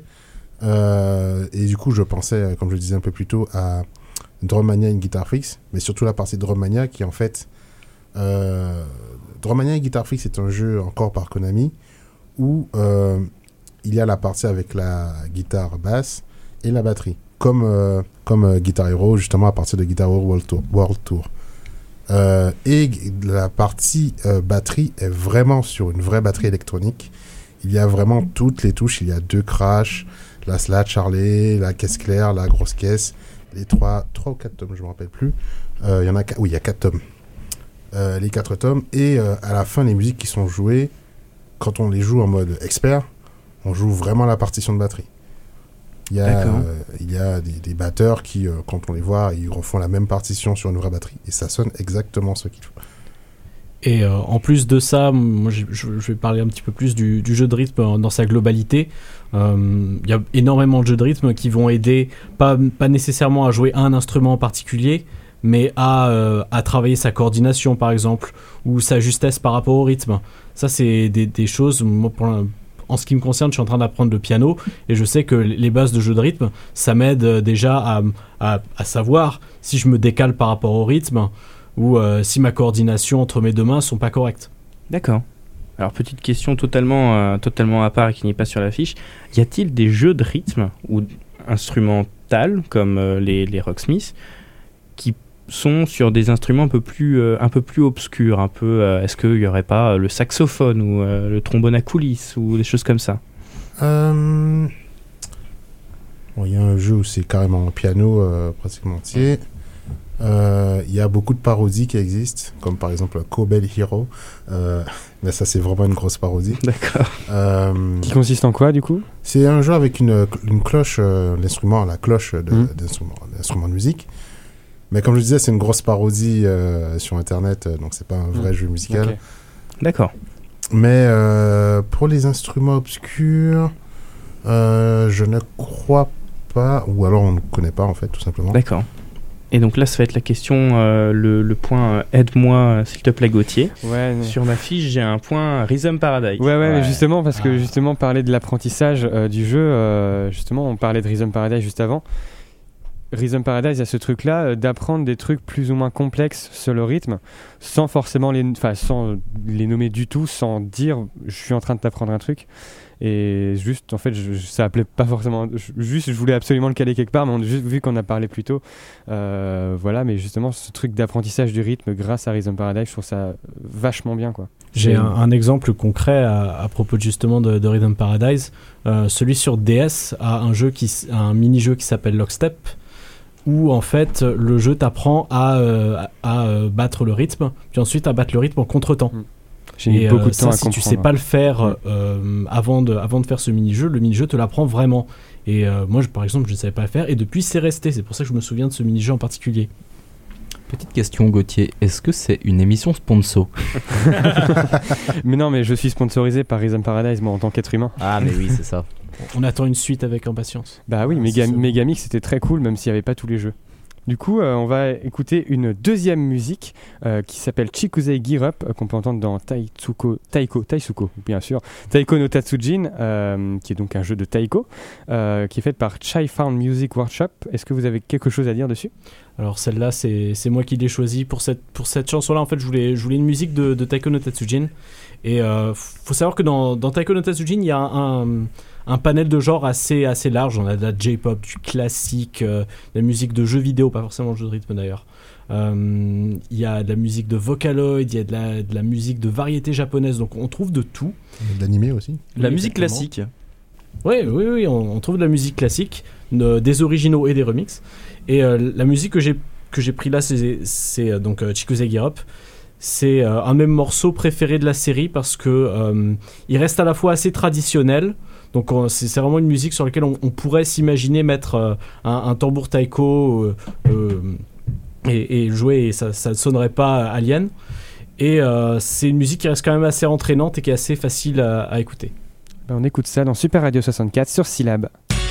Et du coup, je pensais, comme je le disais un peu plus tôt, à Drummania et Guitar Freaks, mais surtout la partie Drummania qui, en fait... Drummania et Guitar Freaks, c'est un jeu encore par Konami, où il y a la partie avec la guitare basse et la batterie. Comme Guitar Hero, justement, à partir de Guitar Hero World Tour. Et la partie batterie est vraiment sur une vraie batterie électronique. Il y a vraiment toutes les touches. Il y a 2 crashs, la slide Charlie, la caisse claire, la grosse caisse, les 3 ou 4 tomes, je ne me rappelle plus. Il y en a 4, oui, il y a 4 tomes. Les 4 tomes. Et à la fin, les musiques qui sont jouées, quand on les joue en mode expert, on joue vraiment la partition de batterie. Il y a des batteurs qui, quand on les voit, ils refont la même partition sur une vraie batterie. Et ça sonne exactement ce qu'il faut. Et en plus de ça, moi je vais parler un petit peu plus du jeu de rythme dans sa globalité. Il y a énormément de jeux de rythme qui vont aider, pas nécessairement à jouer un instrument en particulier, mais à travailler sa coordination par exemple, ou sa justesse par rapport au rythme. Ça c'est des choses, moi, en ce qui me concerne, je suis en train d'apprendre le piano, et je sais que les bases de jeu de rythme, ça m'aide déjà à savoir si je me décale par rapport au rythme, ou si ma coordination entre mes 2 mains sont pas correctes. D'accord. Alors, petite question totalement à part et qui n'est pas sur la fiche. Y a-t-il des jeux de rythme ou instrumental, comme les Rocksmith, qui sont sur des instruments un peu plus obscurs, est-ce qu'il n'y aurait pas le saxophone ou le trombone à coulisses ou des choses comme ça? Bon, il y a un jeu où c'est carrément un piano pratiquement entier. Il y a beaucoup de parodies qui existent, comme par exemple Cobell Hero. Mais ça, c'est vraiment une grosse parodie. D'accord. Qui consiste en quoi, du coup? C'est un jeu avec une cloche, la cloche d'instrument de musique. Mais comme je disais, c'est une grosse parodie sur Internet, donc c'est pas un vrai jeu musical. Okay. D'accord. Mais pour les instruments obscurs, je ne crois pas, ou alors on ne connaît pas en fait, tout simplement. D'accord. Et donc là, ça va être la question, le point aide-moi, s'il te plaît, Gauthier. Ouais. Sur ma fiche, j'ai un point Rhythm Paradise. Ouais, mais justement, parce que justement, parler de l'apprentissage du jeu, justement, on parlait de Rhythm Paradise juste avant. Rhythm Paradise, il y a ce truc-là d'apprendre des trucs plus ou moins complexes sur le rythme, sans forcément sans les nommer du tout, sans dire je suis en train de t'apprendre un truc. Et juste, en fait, ça appelait pas forcément. Je voulais absolument le caler quelque part, mais juste vu qu'on a parlé plus tôt, voilà. Mais justement, ce truc d'apprentissage du rythme grâce à Rhythm Paradise, je trouve ça vachement bien, quoi. J'ai un exemple concret à propos justement de Rhythm Paradise. Celui sur DS a un mini-jeu qui s'appelle Lockstep, où en fait le jeu t'apprend à battre le rythme, puis ensuite à battre le rythme en contre-temps. J'ai mis beaucoup de temps à si comprendre. tu sais pas le faire avant de faire ce mini-jeu, le mini-jeu te l'apprend vraiment. Et moi, par exemple, je ne savais pas le faire, et depuis, c'est resté. C'est pour ça que je me souviens de ce mini-jeu en particulier. Petite question, Gauthier, est-ce que c'est une émission sponsor? Mais non, mais je suis sponsorisé par Rhythm Paradise, moi, en tant qu'être humain. Ah, mais oui, c'est ça. On attend une suite avec impatience. Bah oui, Megamix, c'était très cool, même s'il n'y avait pas tous les jeux. Du coup, on va écouter une deuxième musique qui s'appelle Chikuzei Gear Up, qu'on peut entendre dans Taisuko, bien sûr. Taiko no Tatsujin, qui est donc un jeu de taiko, qui est fait par Chai Found Music Workshop. Est-ce que vous avez quelque chose à dire dessus? Alors celle-là, c'est moi qui l'ai choisie pour cette chanson-là. En fait, je voulais une musique de Taiko no Tatsujin. Et faut savoir que dans Taiko no Tatsujin, il y a un panel de genres assez large. On a de la J-pop, du classique, de la musique de jeux vidéo, pas forcément de jeux de rythme d'ailleurs. Il y a de la musique de Vocaloid, il y a de la musique de variété japonaise, donc on trouve de tout. De l'animé aussi. La musique exactement. classique. Oui, on trouve de la musique classique, des originaux et des remixes. Et la musique que j'ai pris là, c'est donc Chikuze Girop. C'est un même morceau préféré de la série parce que il reste à la fois assez traditionnel. Donc c'est vraiment une musique sur laquelle on pourrait s'imaginer mettre un tambour taiko et jouer, et ça ne sonnerait pas Alien. Et c'est une musique qui reste quand même assez entraînante et qui est assez facile à écouter. On écoute ça dans Super Radio 64 sur Syllab.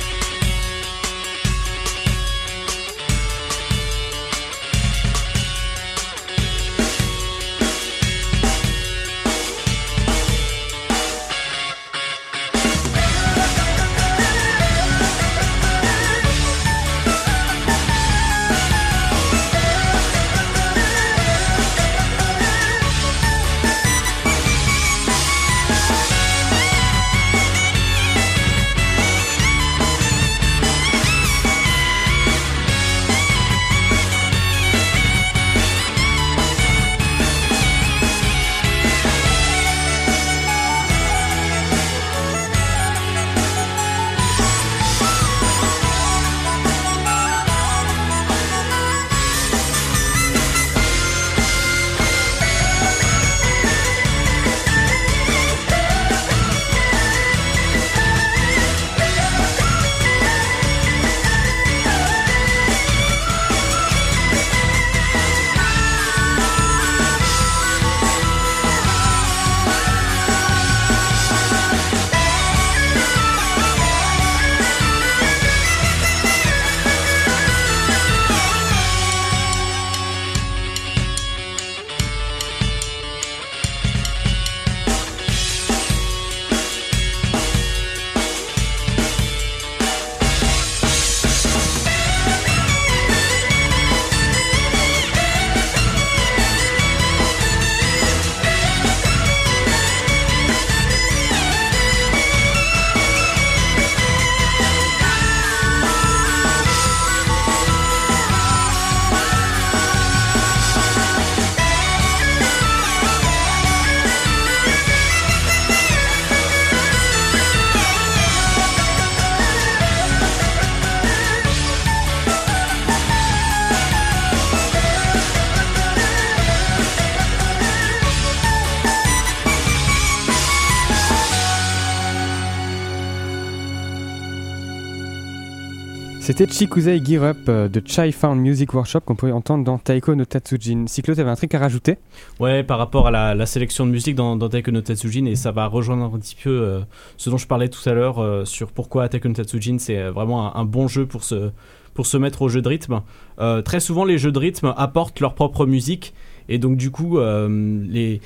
C'était Chikuzei Gear Up de Chai Found Music Workshop qu'on pouvait entendre dans Taiko no Tatsujin. Cyclo, t'avais un truc à rajouter ? Ouais, par rapport à la sélection de musique dans Taiko no Tatsujin, et ça va rejoindre un petit peu ce dont je parlais tout à l'heure sur pourquoi Taiko no Tatsujin c'est vraiment un bon jeu pour se mettre au jeu de rythme. Très souvent, les jeux de rythme apportent leur propre musique, et donc du coup, les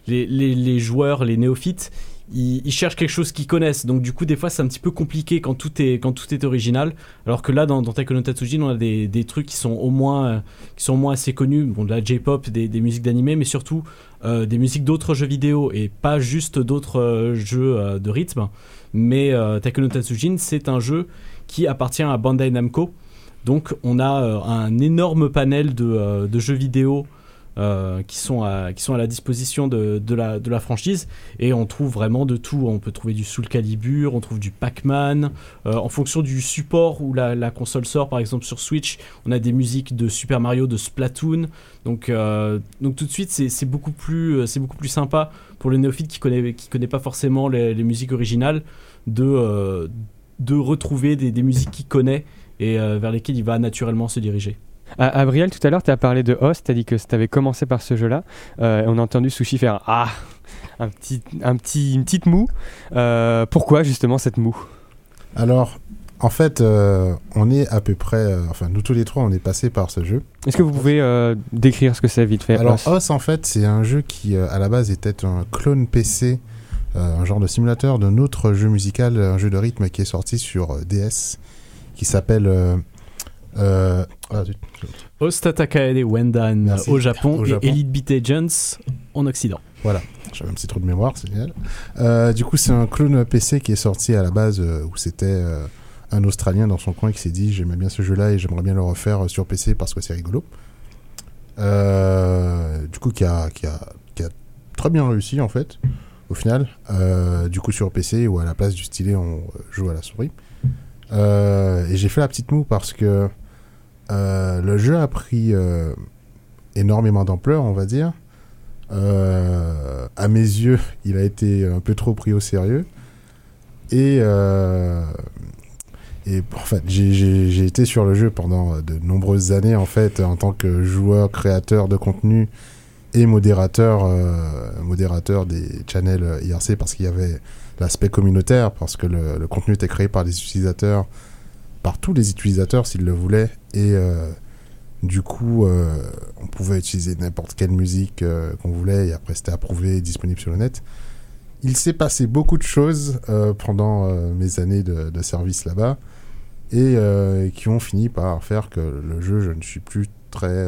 joueurs, les néophytes, ils cherchent quelque chose qu'ils connaissent, donc du coup des fois c'est un petit peu compliqué quand tout est original, alors que là dans Taiko no Tatsujin on a des trucs qui sont au moins assez connus, bon, de la J-pop, des musiques d'animé, mais surtout des musiques d'autres jeux vidéo et pas juste d'autres jeux de rythme. Mais Taiko no Tatsujin c'est un jeu qui appartient à Bandai Namco, donc on a un énorme panel de jeux vidéo qui sont à la disposition de la franchise, et on trouve vraiment de tout. On peut trouver du Soul Calibur, on trouve du Pac-Man, en fonction du support où la console sort. Par exemple sur Switch on a des musiques de Super Mario, de Splatoon, donc tout de suite c'est beaucoup plus sympa pour le néophyte qui connaît pas forcément les musiques originales de retrouver des musiques qu'il connaît et vers lesquelles il va naturellement se diriger. Abriel, tout à l'heure, tu as parlé de Host, tu as dit que tu avais commencé par ce jeu-là. On a entendu Sushi faire une petite moue. Pourquoi justement cette moue ? Alors, en fait, on est à peu près... nous tous les trois, on est passés par ce jeu. Est-ce que vous pouvez décrire ce que c'est vite fait ? Alors, Host, en fait, c'est un jeu qui, à la base, était un clone PC, un genre de simulateur d'un autre jeu musical, un jeu de rythme qui est sorti sur DS, qui s'appelle... Host Atakaede Wendan au Japon et Elite Beat Agents en Occident. Voilà. J'avais un petit trou de mémoire, c'est génial. Du coup, c'est un clone PC qui est sorti à la base où c'était un Australien dans son coin qui s'est dit j'aimais bien ce jeu-là et j'aimerais bien le refaire sur PC parce que c'est rigolo. Du coup, qui a très bien réussi en fait, au final. Du coup, sur PC où à la place du stylet, on joue à la souris. Et j'ai fait la petite moue parce que le jeu a pris énormément d'ampleur, on va dire. À mes yeux, il a été un peu trop pris au sérieux. Et en fait, j'ai été sur le jeu pendant de nombreuses années en fait, en tant que joueur, créateur de contenu et modérateur des channels IRC parce qu'il y avait l'aspect communautaire, parce que le contenu était créé par les utilisateurs, par tous les utilisateurs s'ils le voulaient, et du coup on pouvait utiliser n'importe quelle musique qu'on voulait et après c'était approuvé et disponible sur le net. Il s'est passé beaucoup de choses pendant mes années de service là-bas et qui ont fini par faire que le jeu, je ne suis plus très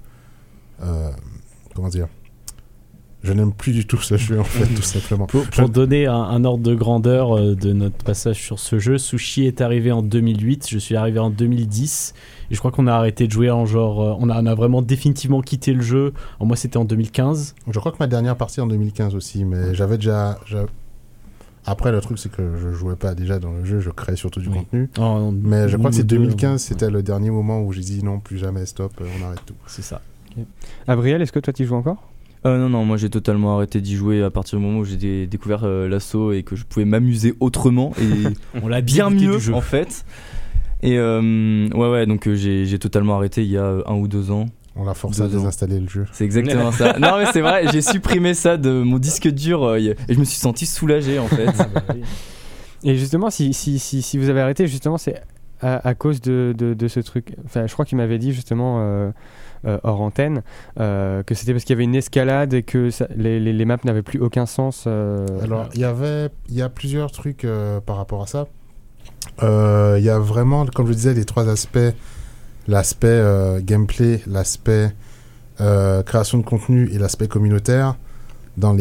comment dire, je n'aime plus du tout ce jeu en fait, tout simplement. Pour donner un ordre de grandeur de notre passage sur ce jeu, Sushi est arrivé en 2008, je suis arrivé en 2010 et je crois qu'on a arrêté de jouer en genre, on a vraiment définitivement quitté le jeu. Alors moi c'était en 2015. Je crois que ma dernière partie en 2015 aussi, mais j'avais déjà... Après le truc c'est que je jouais pas déjà dans le jeu, je créais surtout du contenu. Oh, mais je crois que c'est 2015, c'était le dernier moment où j'ai dit non, plus jamais, stop, on arrête tout. C'est ça. Okay. Abriel, est-ce que toi tu joues encore ? Non, moi j'ai totalement arrêté d'y jouer à partir du moment où j'ai découvert l'assaut et que je pouvais m'amuser autrement et on l'a bien mieux en fait. Et ouais, donc j'ai totalement arrêté il y a 1 ou 2 ans. On l'a forcé à désinstaller le jeu. C'est exactement ça. Non mais c'est vrai, j'ai supprimé ça de mon disque dur et je me suis senti soulagé en fait. Et justement, si vous avez arrêté, justement, c'est à cause de ce truc. Enfin, je crois qu'il m'avait dit justement hors antenne que c'était parce qu'il y avait une escalade et que les maps n'avaient plus aucun sens. Alors, il y a plusieurs trucs par rapport à ça. Il y a vraiment, comme je disais, les 3 aspects. L'aspect gameplay, l'aspect création de contenu et l'aspect communautaire. Dans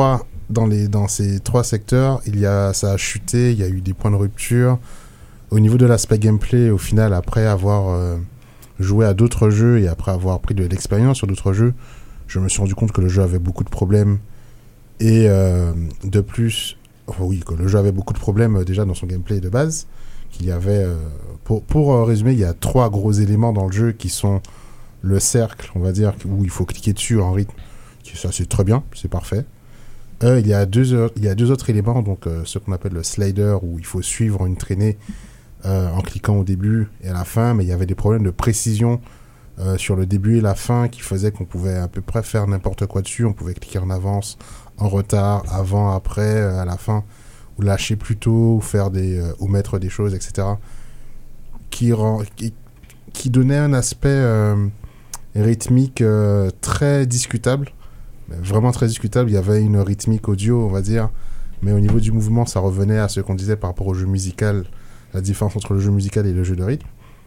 ces 3 secteurs, ça a chuté, il y a eu des points de rupture. Au niveau de l'aspect gameplay, au final, après avoir joué à d'autres jeux et après avoir pris de l'expérience sur d'autres jeux, je me suis rendu compte que le jeu avait beaucoup de problèmes. Et de plus, que le jeu avait beaucoup de problèmes déjà dans son gameplay de base. Qu'il y avait, pour résumer, il y a 3 gros éléments dans le jeu qui sont le cercle, on va dire, où il faut cliquer dessus en rythme. Ça, c'est très bien, c'est parfait. Il y a deux autres éléments, donc ce qu'on appelle le slider, où il faut suivre une traînée en cliquant au début et à la fin, mais il y avait des problèmes de précision sur le début et la fin qui faisaient qu'on pouvait à peu près faire n'importe quoi dessus. On pouvait cliquer en avance, en retard, avant, après, à la fin, ou lâcher plus tôt, ou mettre des choses, etc. Qui donnait un aspect rythmique très discutable. Vraiment très discutable. Il y avait une rythmique audio, on va dire, mais au niveau du mouvement, ça revenait à ce qu'on disait par rapport au jeu musical, la différence entre le jeu musical et le jeu de rythme.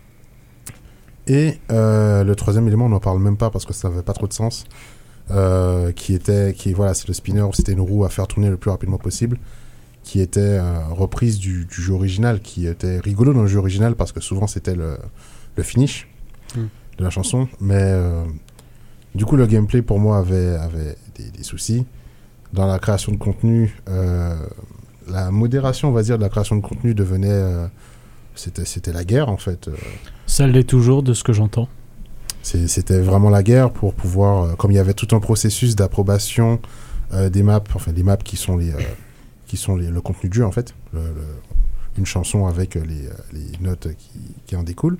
Et le 3e élément, on n'en parle même pas parce que ça n'avait pas trop de sens, c'est le spinner, c'était une roue à faire tourner le plus rapidement possible, qui était reprise du jeu original, qui était rigolo dans le jeu original parce que souvent c'était le finish de la chanson, mais du coup le gameplay pour moi avait des soucis. Dans la création de contenu, la modération, on va dire, de la création de contenu devenait c'était la guerre en fait. Ça l'est toujours de ce que j'entends. C'était vraiment la guerre pour pouvoir, comme il y avait tout un processus d'approbation des maps, enfin des maps qui sont le contenu du jeu en fait, une chanson avec les notes qui en découlent.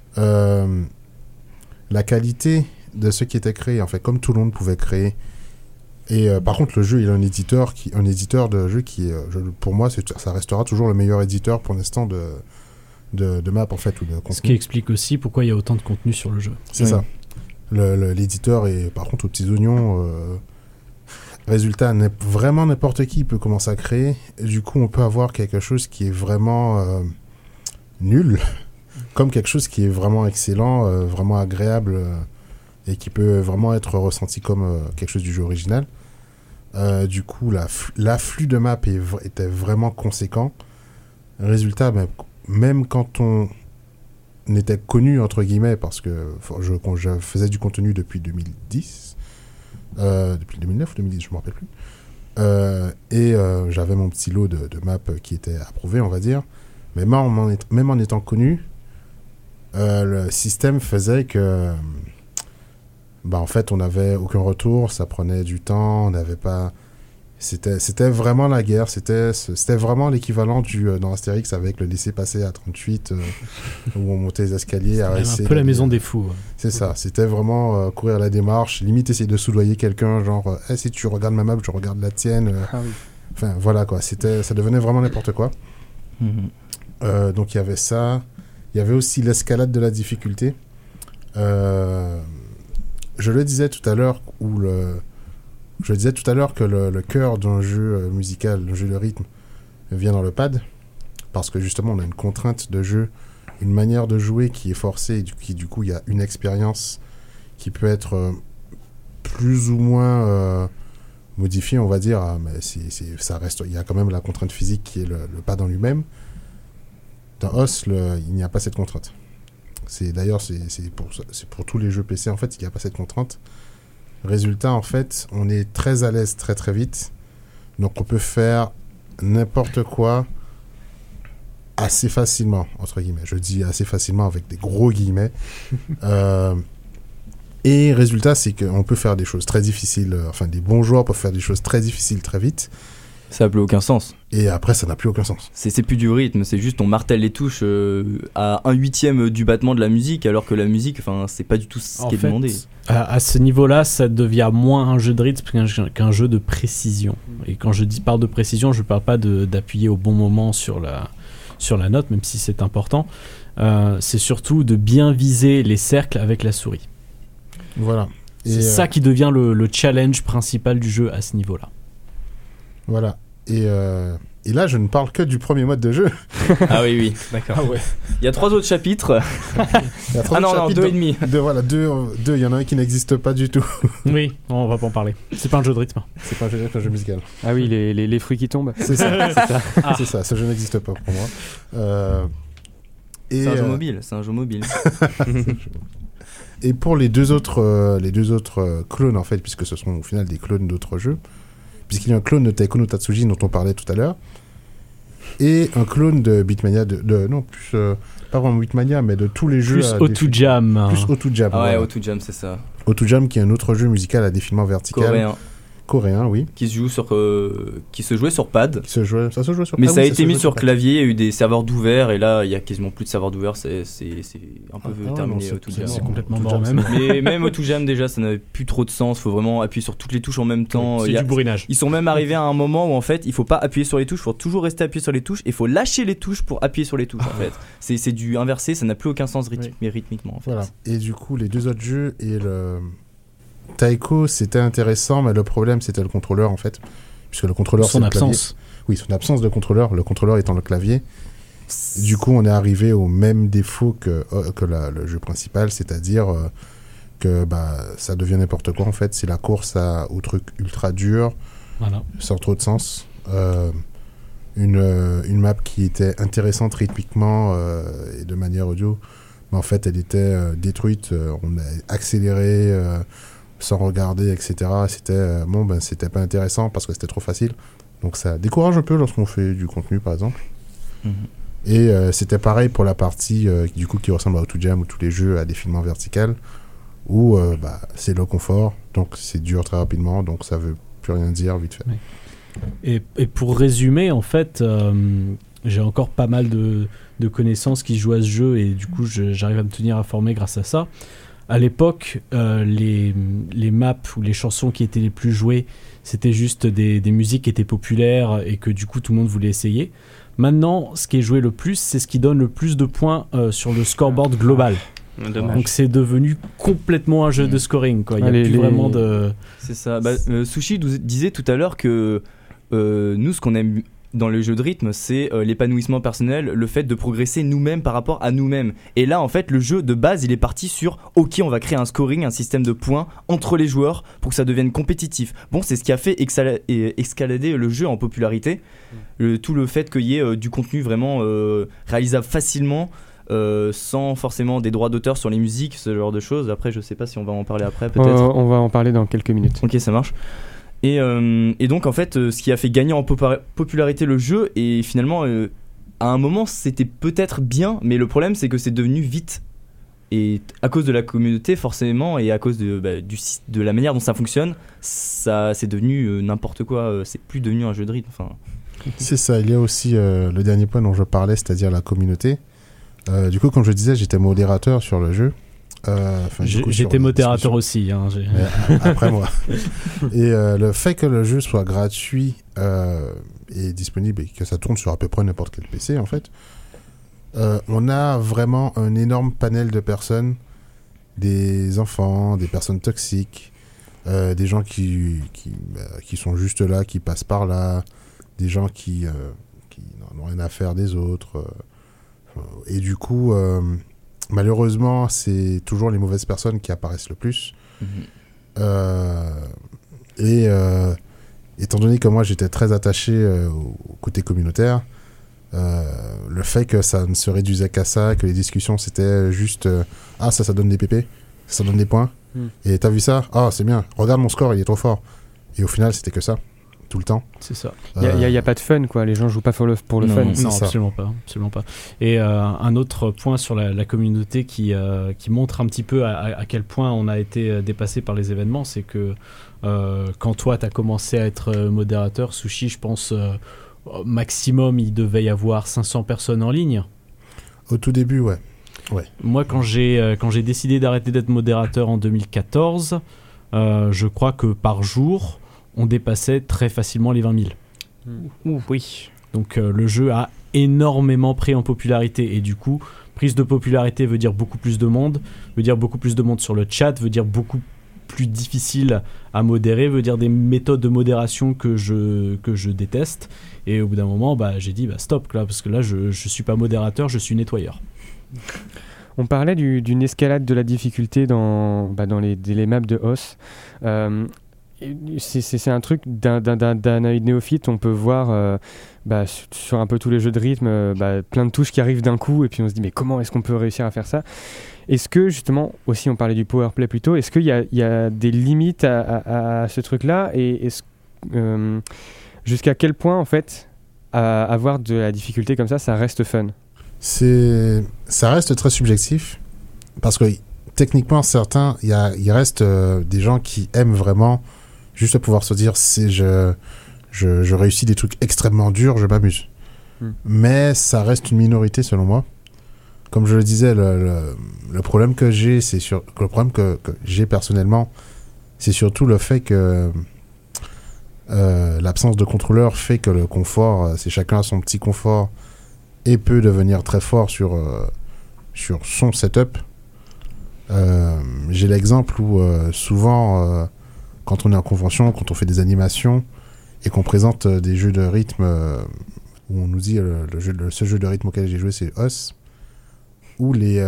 La qualité de ce qui était créé, en fait, comme tout le monde pouvait créer. Et par contre, le jeu, il a un éditeur de jeu qui, pour moi, ça restera toujours le meilleur éditeur pour l'instant de map en fait, ou de contenu. Ce qui explique aussi pourquoi il y a autant de contenu sur le jeu. C'est ça. L'éditeur est par contre aux petits oignons. Résultat, vraiment n'importe qui peut commencer à créer. Et du coup, on peut avoir quelque chose qui est vraiment nul, comme quelque chose qui est vraiment excellent, vraiment agréable, et qui peut vraiment être ressenti comme quelque chose du jeu original. Du coup, l'afflux de maps était vraiment conséquent. Résultat, même quand on était connu, entre guillemets, parce que je faisais du contenu depuis 2010, depuis 2009 ou 2010, je ne me rappelle plus. J'avais mon petit lot de maps qui étaient approuvés, on va dire. Mais même en étant connu, le système faisait que en fait on n'avait aucun retour, ça prenait du temps, on n'avait pas, c'était vraiment la guerre, c'était vraiment l'équivalent dans Astérix avec le laisser-passer à 38 où on montait les escaliers à un peu la maison des fous. C'est ça, c'était vraiment courir la démarche, limite essayer de soudoyer quelqu'un, genre si tu regardes ma map, je regarde la tienne. Enfin voilà quoi, ça devenait vraiment n'importe quoi. Donc il y avait ça. Il y avait aussi l'escalade de la difficulté. Je le disais tout à l'heure que le cœur d'un jeu musical, d'un jeu de rythme, vient dans le pad, parce que justement on a une contrainte de jeu, une manière de jouer qui est forcée, et du coup il y a une expérience qui peut être plus ou moins modifiée, on va dire, mais ça reste, il y a quand même la contrainte physique qui est le pad en lui-même. Dans OS, il n'y a pas cette contrainte. D'ailleurs, c'est pour tous les jeux PC, en fait, il n'y a pas cette contrainte. Résultat, en fait, on est très à l'aise très très vite. Donc, on peut faire n'importe quoi assez facilement, entre guillemets. Je dis assez facilement avec des gros guillemets. Et résultat, c'est qu'on peut faire des choses très difficiles. Enfin, des bons joueurs peuvent faire des choses très difficiles très vite. Ça n'a plus aucun sens. Et après, ça n'a plus aucun sens. C'est plus du rythme, c'est juste on martèle les touches à 1/8 du battement de la musique, alors que la musique, c'est pas du tout ce qui est demandé. À ce niveau-là, ça devient moins un jeu de rythme qu'un jeu de précision. Et quand je parle de précision, je parle pas d'appuyer au bon moment sur la note, même si c'est important. C'est surtout de bien viser les cercles avec la souris. Voilà. C'est ça qui devient le challenge principal du jeu à ce niveau-là. Voilà. Et là, je ne parle que du premier mode de jeu. Ah oui. D'accord. Ah ouais. Il y a 3 autres chapitres. Non, 2 et demi. Deux, il y en a un qui n'existe pas du tout. Oui, on va pas en parler. C'est pas un jeu de rythme. C'est pas un jeu de rythme, c'est un jeu musical. Ah oui, les fruits qui tombent. C'est ça. C'est ça, ce jeu n'existe pas pour moi. C'est un jeu mobile. Et pour les deux autres clones, en fait, puisque ce sont au final des clones d'autres jeux, puisqu'il y a un clone de Taiko no Tatsuji dont on parlait tout à l'heure, et un clone de Beatmania, pas vraiment Beatmania, mais de tous les jeux. Plus O2 Jam. Plus O2 Jam. Ah ouais, voilà. O2 Jam, c'est ça. O2 Jam, qui est un autre jeu musical à défilement vertical. Coréen, oui. Qui se jouait sur pad. Ça se jouait sur Mais pad. ça a été mis sur clavier, il y a eu des serveurs d'ouvert, et là, il y a quasiment plus de serveurs d'ouvert, c'est un peu terminé. C'est complètement mort Jam, même. Mais même O2 Jam, déjà, ça n'avait plus trop de sens, faut vraiment appuyer sur toutes les touches en même temps. C'est du bourrinage. Ils sont même arrivés à un moment où, en fait, il faut pas appuyer sur les touches, il faut toujours rester appuyé sur les touches, et il faut lâcher les touches pour appuyer sur les touches, en fait. C'est du inversé, ça n'a plus aucun sens rythmiquement, en fait. Voilà. Et du coup, les deux autres jeux et le Taiko, c'était intéressant, mais le problème, c'était le contrôleur, en fait. Puisque le contrôleur, son absence. Oui, son absence de contrôleur. Le contrôleur étant le clavier. Du coup, on est arrivé au même défaut que le jeu principal, c'est-à-dire que ça devient n'importe quoi, en fait. C'est la course au truc ultra dur, sans trop de sens. Une map qui était intéressante rythmiquement et de manière audio, mais en fait, elle était détruite. On a accéléré... sans regarder, etc. C'était pas intéressant parce que c'était trop facile. Donc ça décourage un peu lorsqu'on fait du contenu, par exemple. Et c'était pareil pour la partie du coup qui ressemble à O2 Jam ou tous les jeux à défilement vertical où c'est le confort, donc c'est dur très rapidement, donc ça veut plus rien dire vite fait. Et pour résumer, en fait, j'ai encore pas mal de connaissances qui jouent à ce jeu et du coup j'arrive à me tenir informé grâce à ça. À l'époque, les maps ou les chansons qui étaient les plus jouées, c'était juste des musiques qui étaient populaires et que du coup tout le monde voulait essayer. Maintenant, ce qui est joué le plus, c'est ce qui donne le plus de points sur le scoreboard global. Dommage. Donc c'est devenu complètement un jeu de scoring, quoi. Il n'y a plus vraiment de... C'est ça. Sushi disait tout à l'heure que nous, ce qu'on aime dans le jeu de rythme, c'est l'épanouissement personnel, le fait de progresser nous-mêmes par rapport à nous-mêmes. Et là, en fait, le jeu de base, il est parti sur ok, on va créer un scoring, un système de points entre les joueurs pour que ça devienne compétitif. Bon, c'est ce qui a fait escalader le jeu en popularité. Tout le fait qu'il y ait du contenu vraiment réalisable facilement. Sans forcément des droits d'auteur sur les musiques, ce genre de choses. Après, je sais pas si on va en parler après, peut-être. On va en parler dans quelques minutes. Ok, ça marche. Et donc, en fait, ce qui a fait gagner en popularité le jeu, et finalement, à un moment, c'était peut-être bien, mais le problème, c'est que c'est devenu vite. Et à cause de la communauté, forcément, et à cause de la manière dont ça fonctionne, ça c'est devenu n'importe quoi. C'est plus devenu un jeu de rythme. Enfin... C'est ça. Il y a aussi le dernier point dont je parlais, c'est-à-dire la communauté. Du coup, comme je disais, j'étais modérateur sur le jeu. J'étais modérateur aussi. Hein, après moi. Et le fait que le jeu soit gratuit et disponible et que ça tourne sur à peu près n'importe quel PC, en fait, on a vraiment un énorme panel de personnes, des enfants, des personnes toxiques, des gens qui sont juste là, qui passent par là, des gens qui n'en ont rien à faire des autres. Et du coup, malheureusement, c'est toujours les mauvaises personnes qui apparaissent le plus. Étant donné que moi, j'étais très attaché au côté communautaire, le fait que ça ne se réduisait qu'à ça, que les discussions, c'était juste ça donne des PP, ça donne des points. Et t'as vu ça? Ah, c'est bien. Regarde mon score, il est trop fort. Et au final, c'était que ça. Tout le temps. C'est ça. Il y a pas de fun, quoi. Les gens jouent pas pour le fun. Non, absolument pas. Et un autre point sur la communauté qui montre un petit peu à quel point on a été dépassé par les événements, c'est que quand toi t'as commencé à être modérateur, Sushi, je pense maximum il devait y avoir 500 personnes en ligne. Au tout début, ouais. Moi, quand j'ai décidé d'arrêter d'être modérateur en 2014, je crois que par jour on dépassait très facilement les 20 000. Oui. Donc le jeu a énormément pris en popularité, et du coup, prise de popularité veut dire beaucoup plus de monde, veut dire beaucoup plus de monde sur le chat, veut dire beaucoup plus difficile à modérer, veut dire des méthodes de modération que je déteste. Et au bout d'un moment, j'ai dit stop là, parce que là je suis pas modérateur, je suis nettoyeur. On parlait d'une escalade de la difficulté dans les maps de Hoss. C'est un truc d'un œil néophyte. On peut voir sur un peu tous les jeux de rythme plein de touches qui arrivent d'un coup, et puis on se dit mais comment est-ce qu'on peut réussir à faire ça? Est-ce que justement, aussi on parlait du powerplay plus tôt, est-ce qu'il y a des limites à ce truc-là, et jusqu'à quel point en fait avoir de la difficulté comme ça reste fun? Ça reste très subjectif, parce que techniquement certains, il reste des gens qui aiment vraiment juste pouvoir se dire je réussis des trucs extrêmement durs, je m'amuse. Mais ça reste une minorité selon moi. Comme je le disais, le problème que j'ai, le problème que j'ai personnellement, c'est surtout le fait que l'absence de contrôleur fait que le confort, c'est chacun a son petit confort, et peut devenir très fort sur son setup. J'ai l'exemple où souvent quand on est en convention, quand on fait des animations et qu'on présente des jeux de rythme où on nous dit le seul jeu de rythme auquel j'ai joué c'est Hoss, où les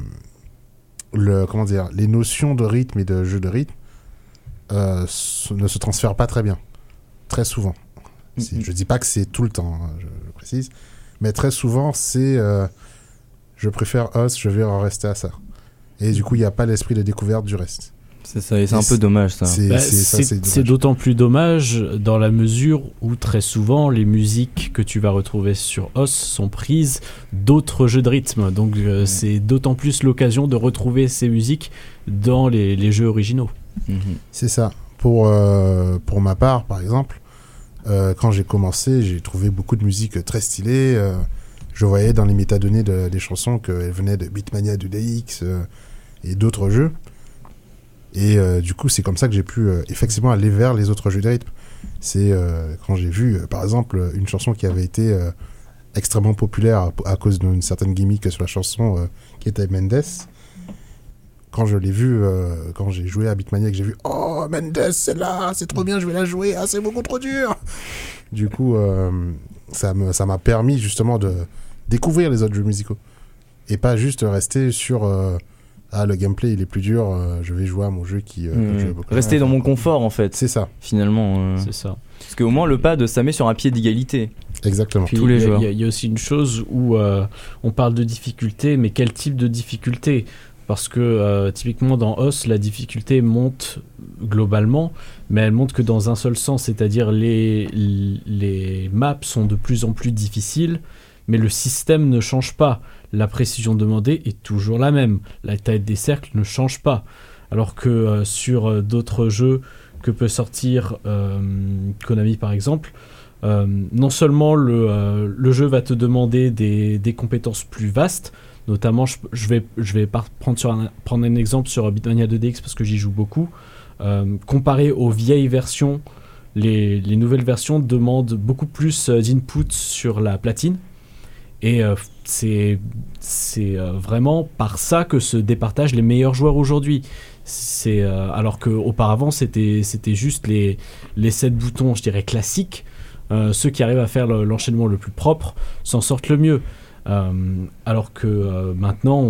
notions de rythme et de jeu de rythme ne se transfèrent pas très bien, très souvent. Je dis pas que c'est tout le temps, je précise, mais très souvent c'est je préfère Hoss, je vais en rester à ça, et du coup il n'y a pas l'esprit de découverte du reste. C'est ça, et c'est un peu dommage ça. C'est d'autant plus dommage dans la mesure où très souvent les musiques que tu vas retrouver sur Hoss sont prises d'autres jeux de rythme, donc c'est d'autant plus l'occasion de retrouver ces musiques dans les jeux originaux. C'est ça. Pour ma part, par exemple, quand j'ai commencé, j'ai trouvé beaucoup de musique très stylée. Je voyais dans les métadonnées des chansons qu'elles venaient de Beatmania, de DX et d'autres jeux. Et du coup, c'est comme ça que j'ai pu effectivement aller vers les autres jeux de rythme. C'est quand j'ai vu, par exemple, une chanson qui avait été extrêmement populaire à cause d'une certaine gimmick sur la chanson qui était Mendes. Quand je l'ai vu, quand j'ai joué à Beatmania, que j'ai vu « Oh, Mendes, c'est là, c'est trop bien, je vais la jouer, c'est beaucoup trop dur !» Du coup, ça m'a permis justement de découvrir les autres jeux musicaux. Et pas juste rester sur le gameplay il est plus dur, je vais jouer à mon jeu que je veux beaucoup. Rester dans mon confort en fait. C'est ça. Finalement. C'est ça. Parce qu'au moins le pad ça met sur un pied d'égalité. Exactement. Puis, tous les joueurs. Il y a aussi une chose où on parle de difficulté, mais quel type de difficulté ? Parce que typiquement dans OS, la difficulté monte globalement, mais elle monte que dans un seul sens, c'est-à-dire les maps sont de plus en plus difficiles, mais le système ne change pas. La précision demandée est toujours la même. La taille des cercles ne change pas. Alors que sur d'autres jeux que peut sortir Konami par exemple, non seulement le jeu va te demander des compétences plus vastes, notamment je vais prendre un exemple sur Beatmania 2DX parce que j'y joue beaucoup. Comparé aux vieilles versions, les nouvelles versions demandent beaucoup plus d'input sur la platine. Et c'est vraiment par ça que se départagent les meilleurs joueurs aujourd'hui. Alors qu'auparavant, c'était juste les 7 boutons, je dirais, classiques. Ceux qui arrivent à faire l'enchaînement le plus propre s'en sortent le mieux. Alors que maintenant,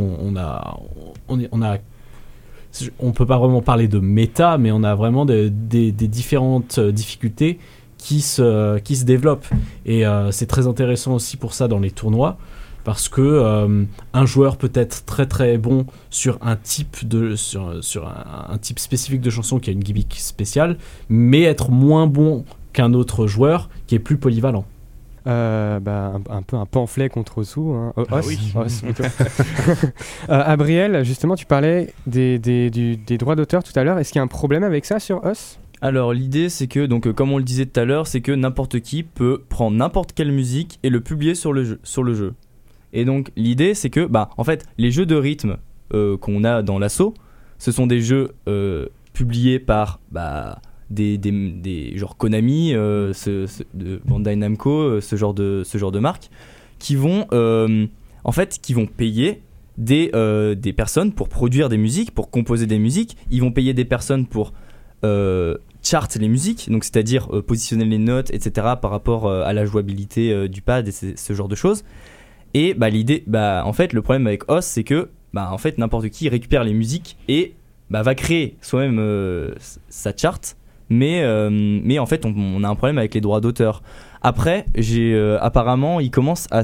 on peut pas vraiment parler de méta, mais on a vraiment des différentes difficultés qui se développent. Et c'est très intéressant aussi pour ça dans les tournois, parce que un joueur peut être très très bon sur un type sur un type spécifique de chanson qui a une gimmick spéciale, mais être moins bon qu'un autre joueur qui est plus polyvalent. Un peu un pamphlet contre Osu, hein. Os plutôt. Abriel, justement, tu parlais des droits d'auteur tout à l'heure. Est-ce qu'il y a un problème avec ça sur Os ? Alors l'idée c'est que, donc, comme on le disait tout à l'heure, c'est que n'importe qui peut prendre n'importe quelle musique et le publier sur le jeu. Et donc l'idée c'est que, en fait, les jeux de rythme qu'on a dans l'assaut, ce sont des jeux publiés par des genre Konami, de Bandai Namco, ce genre de marque, qui vont payer des personnes pour produire des musiques, pour composer des musiques. Ils vont payer des personnes pour chart les musiques, donc c'est-à-dire positionner les notes, etc. par rapport à la jouabilité du pad et ce genre de choses. Et l'idée, en fait, le problème avec OS, c'est que en fait, n'importe qui récupère les musiques et va créer soi-même sa chart. Mais en fait, on a un problème avec les droits d'auteur. Après, apparemment, ils commencent à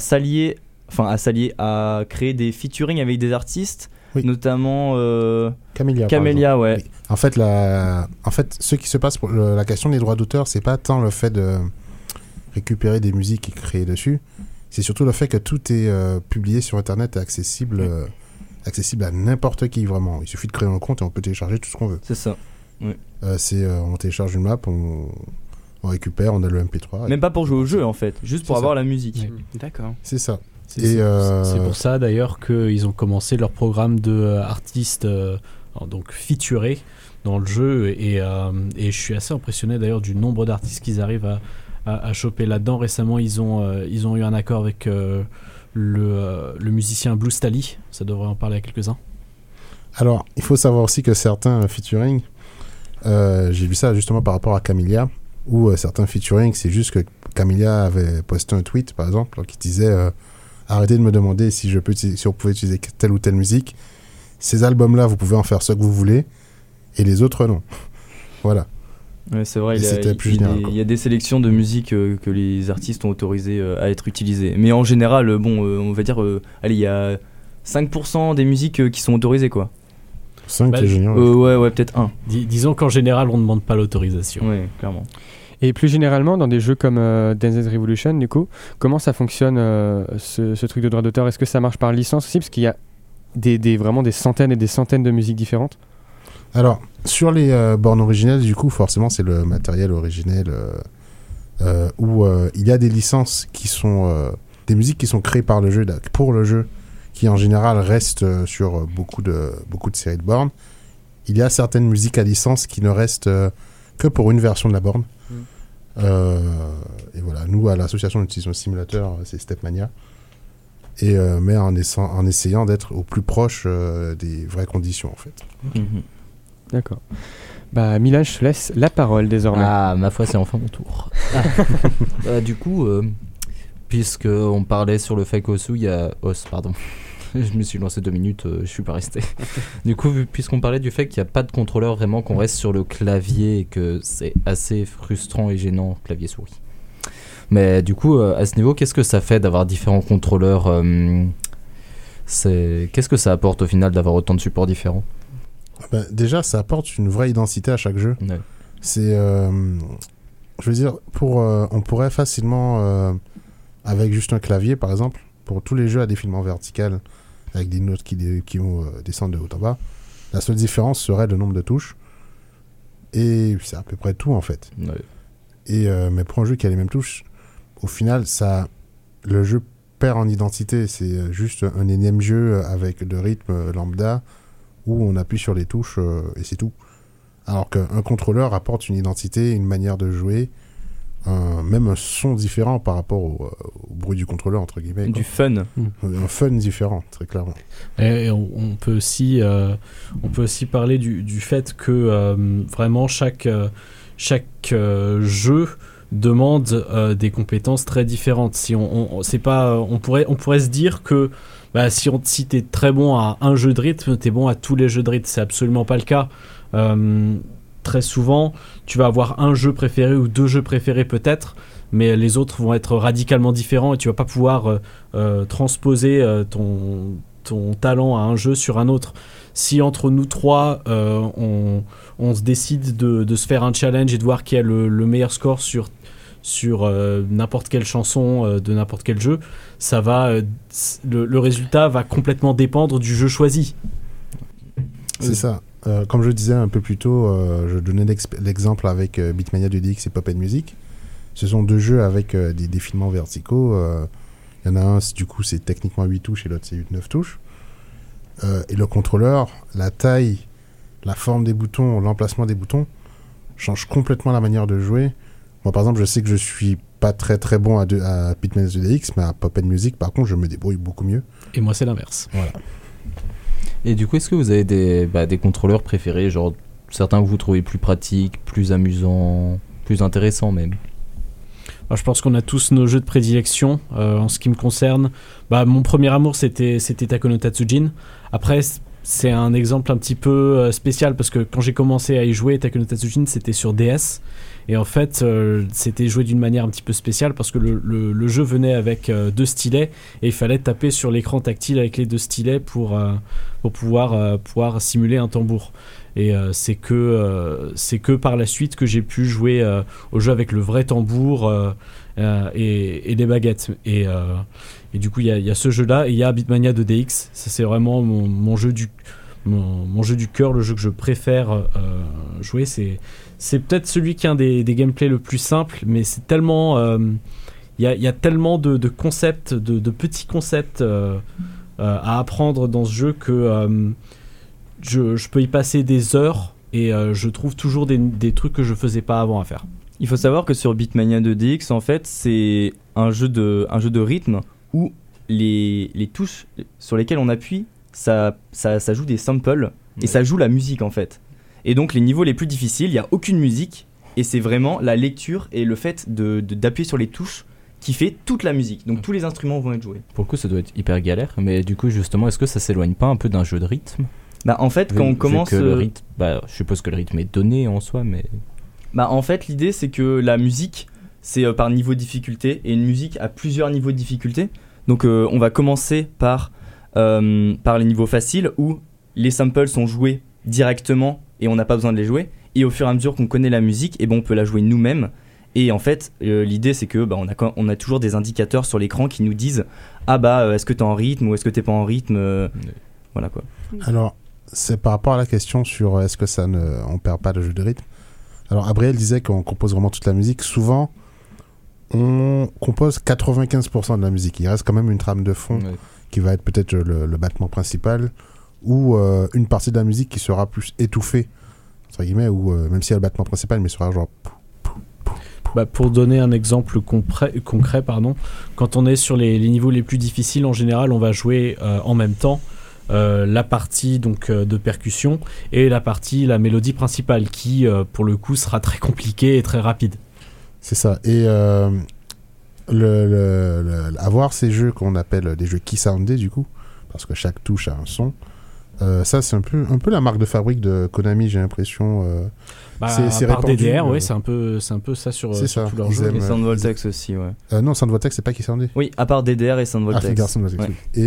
créer des featuring avec des artistes, oui. Notamment Camélia, ouais. Oui. En fait, ce qui se passe pour la question des droits d'auteur, c'est pas tant le fait de récupérer des musiques et créer dessus, c'est surtout le fait que tout est publié sur Internet et accessible à n'importe qui, vraiment. Il suffit de créer un compte et on peut télécharger tout ce qu'on veut. C'est ça. Oui. On télécharge une map, on récupère, on a le MP3. Même pas pour jouer au jeu en fait, juste pour avoir la musique. Oui. D'accord. C'est ça. C'est pour ça d'ailleurs qu'ils ont commencé leur programme de artistes donc featurés dans le jeu et je suis assez impressionné d'ailleurs du nombre d'artistes qu'ils arrivent à choper là-dedans. Récemment ils ont eu un accord avec le musicien Blue Stally, ça devrait en parler à quelques-uns. Alors il faut savoir aussi que certains featuring, j'ai vu ça justement par rapport à Camélia, où certains featuring, c'est juste que Camélia avait posté un tweet par exemple qui disait arrêtez de me demander si on pouvait utiliser telle ou telle musique, ces albums là vous pouvez en faire ce que vous voulez et les autres non. Voilà. Ouais, c'est vrai, il y a des sélections de musique que les artistes ont autorisé à être utilisées, mais en général on va dire il y a 5% des musiques qui sont autorisées quoi. 5 c'est génial. Ouais, peut-être 1. Disons qu'en général, on ne demande pas l'autorisation. Ouais, clairement. Et plus généralement, dans des jeux comme Dance Dance Revolution, du coup, comment ça fonctionne ce truc de droit d'auteur ? Est-ce que ça marche par licence aussi ? Parce qu'il y a vraiment des centaines et des centaines de musiques différentes. Alors, sur les bornes originelles, du coup, forcément, c'est le matériel originel où il y a des licences qui sont... des musiques qui sont créées par le jeu, pour le jeu, qui en général restent sur beaucoup de séries de bornes. Il y a certaines musiques à licence qui ne restent que pour une version de la borne. Et voilà, nous à l'association d'utilisation simulateur, c'est Stepmania. Mais en essayant d'être au plus proche des vraies conditions en fait. D'accord. Milan, je te laisse la parole désormais. Ah, ma foi, c'est enfin mon tour. Du coup, puisqu'on parlait sur le fait qu'Osu, il y a... pardon. Je me suis lancé 2 minutes, je suis pas resté. Du coup, puisqu'on parlait du fait qu'il n'y a pas de contrôleur, vraiment qu'on reste sur le clavier et que c'est assez frustrant et gênant, clavier-souris. Mais du coup, à ce niveau, qu'est-ce que ça fait d'avoir différents contrôleurs Qu'est-ce que ça apporte au final d'avoir autant de supports différents? Déjà, ça apporte une vraie identité à chaque jeu. Ouais. C'est, je veux dire, on pourrait facilement, avec juste un clavier par exemple, pour tous les jeux à défilement vertical, avec des notes qui vont descendre de haut en bas, la seule différence serait le nombre de touches. Et c'est à peu près tout en fait. Ouais. Et, mais pour un jeu qui a les mêmes touches, au final, le jeu perd en identité. C'est juste un énième jeu avec de rythme lambda où on appuie sur les touches et c'est tout. Alors qu'un contrôleur apporte une identité, une manière de jouer, même un son différent par rapport au bruit du contrôleur, entre guillemets. Du fun. Un fun différent, très clairement. Et on peut aussi parler du fait que vraiment chaque jeu demande des compétences très différentes. Si on pourrait se dire que si t'es très bon à un jeu de rythme, t'es bon à tous les jeux de rythme. C'est absolument pas le cas. Très souvent, tu vas avoir un jeu préféré ou 2 jeux préférés peut-être, mais les autres vont être radicalement différents et tu vas pas pouvoir transposer ton talent à un jeu sur un autre. Si entre nous 3, on se décide de se faire un challenge et de voir qui a le meilleur score sur n'importe quelle chanson de n'importe quel jeu, ça va le résultat va complètement dépendre du jeu choisi. C'est ça. Comme je disais un peu plus tôt, je donnais l'exemple avec Beatmania 2DX et Pop & Music. Ce sont 2 jeux avec des défilements verticaux. Il y en a un, du coup, c'est techniquement 8 touches et l'autre, c'est 9 touches. Et le contrôleur, la taille, la forme des boutons, l'emplacement des boutons change complètement la manière de jouer. Moi, par exemple, je sais que je suis pas très très bon à Beatmania 2DX, mais à Pop & Music, par contre, je me débrouille beaucoup mieux. Et moi, c'est l'inverse. Voilà. Et du coup, est-ce que vous avez des contrôleurs préférés, genre certains que vous trouvez plus pratiques, plus amusants, plus intéressants même? Je pense qu'on a tous nos jeux de prédilection. En ce qui me concerne, mon premier amour c'était Taiko no Tatsujin. Après, c'est un exemple un petit peu spécial parce que quand j'ai commencé à y jouer, Taiko no Tatsujin c'était sur DS. Et en fait, c'était joué d'une manière un petit peu spéciale parce que le jeu venait avec 2 stylets et il fallait taper sur l'écran tactile avec les 2 stylets pour pouvoir simuler un tambour. Et c'est que par la suite que j'ai pu jouer au jeu avec le vrai tambour et des baguettes. Et du coup, il y a ce jeu-là et il y a Beatmania 2DX. Ça, c'est vraiment mon jeu du cœur, le jeu que je préfère jouer. C'est peut-être celui qui a un des gameplays le plus simple, mais c'est tellement... Il y a tellement de concepts, de petits concepts à apprendre dans ce jeu que je peux y passer des heures et je trouve toujours des trucs que je faisais pas avant à faire. Il faut savoir que sur Beatmania 2DX, en fait, c'est un jeu de rythme où les touches sur lesquelles on appuie, ça joue des samples et ça joue la musique en fait. Et donc les niveaux les plus difficiles, il n'y a aucune musique et c'est vraiment la lecture et le fait d'appuyer sur les touches qui fait toute la musique. Donc tous les instruments vont être joués. Pour le coup, ça doit être hyper galère, mais du coup, justement, est-ce que ça s'éloigne pas un peu d'un jeu de rythme ? En fait, quand on commence... que le rythme, je suppose que le rythme est donné en soi, mais... en fait, l'idée, c'est que la musique, c'est par niveau de difficulté, et une musique a plusieurs niveaux de difficulté. Donc on va commencer par les niveaux faciles, où les samples sont joués directement, et on n'a pas besoin de les jouer. Et au fur et à mesure qu'on connaît la musique, on peut la jouer nous-mêmes. Et en fait, l'idée, c'est que on a toujours des indicateurs sur l'écran qui nous disent est-ce que t'es en rythme ou est-ce que t'es pas en rythme Voilà quoi. Alors, c'est par rapport à la question sur est-ce que on perd pas le jeu de rythme. Alors, Abriel disait qu'on compose vraiment toute la musique. Souvent, on compose 95% de la musique. Il reste quand même une trame de fond qui va être peut-être le battement principal ou une partie de la musique qui sera plus étouffée, entre guillemets, ou même si il y a le battement principal, mais sera genre... Pour donner un exemple concret, quand on est sur les niveaux les plus difficiles, en général, on va jouer en même temps la partie de percussion et la mélodie principale qui, pour le coup, sera très compliquée et très rapide. C'est ça. Et avoir ces jeux qu'on appelle des jeux key soundés du coup, parce que chaque touche a un son. Ça c'est un peu la marque de fabrique de Konami, j'ai l'impression. C'est par répandu, DDR, ouais, c'est un peu ça sur tous leurs jeux. Et Sound Voltex aussi, ouais. Non, Sound Voltex c'est pas key soundé. Oui, à part DDR et Sound Voltex. Sound Voltex. Ouais. Oui.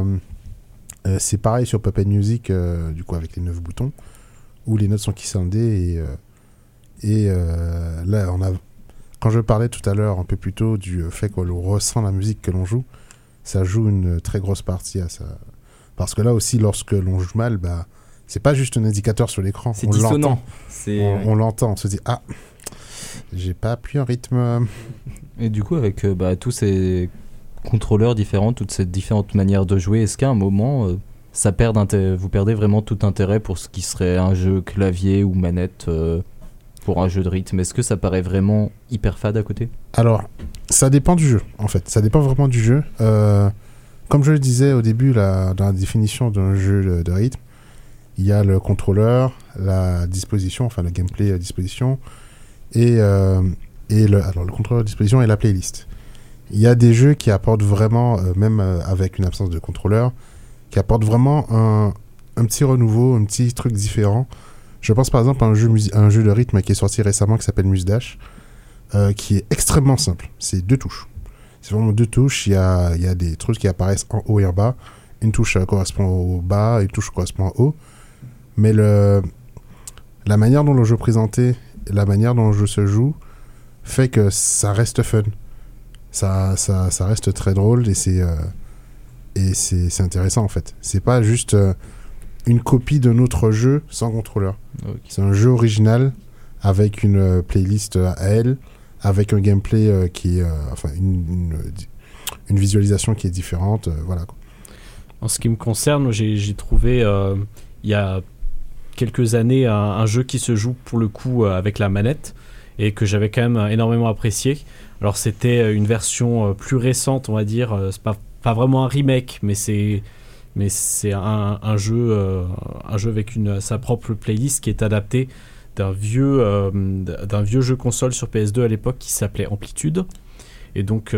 Et c'est pareil sur Puppet Music, du coup avec les 9 boutons, où les notes sont key soundées et là quand je parlais tout à l'heure un peu plus tôt du fait qu'on ressent la musique que l'on joue, ça joue une très grosse partie à ça. Parce que là aussi, lorsque l'on joue mal, c'est pas juste un indicateur sur l'écran. C'est on dissonant. L'entend. On l'entend, on se dit j'ai pas appuyé un rythme. Et du coup, avec tous ces contrôleurs différents, toutes ces différentes manières de jouer, est-ce qu'à un moment, vous perdez vraiment tout intérêt pour ce qui serait un jeu clavier ou manette pour un jeu de rythme? Est-ce que ça paraît vraiment hyper fade à côté? Alors, ça dépend du jeu, en fait. Ça dépend vraiment du jeu. Comme je le disais au début, dans la définition d'un jeu de rythme, il y a le contrôleur, la disposition, enfin le gameplay à disposition, alors le contrôleur à disposition et la playlist. Il y a des jeux qui apportent vraiment, même avec une absence de contrôleur, qui apportent vraiment un petit renouveau, un petit truc différent. Je pense par exemple à un jeu de rythme qui est sorti récemment qui s'appelle Musdash, qui est extrêmement simple. C'est 2 touches. C'est vraiment 2 touches. Il y a des trucs qui apparaissent en haut et en bas. Une touche correspond au bas, une touche correspond en haut. Mais la manière dont le jeu est présenté, la manière dont le jeu se joue, fait que ça reste fun. Ça reste très drôle et c'est intéressant en fait. C'est pas juste une copie d'un autre jeu sans contrôleur. Okay. C'est un jeu original avec une playlist à elle, avec un gameplay qui est une visualisation qui est différente, voilà quoi. En ce qui me concerne, j'ai trouvé il y a quelques années un jeu qui se joue pour le coup avec la manette et que j'avais quand même énormément apprécié. Alors c'était une version plus récente, on va dire, c'est pas vraiment un remake, mais c'est un jeu avec sa propre playlist qui est adapté d'un vieux jeu console sur PS2 à l'époque qui s'appelait Amplitude. Et donc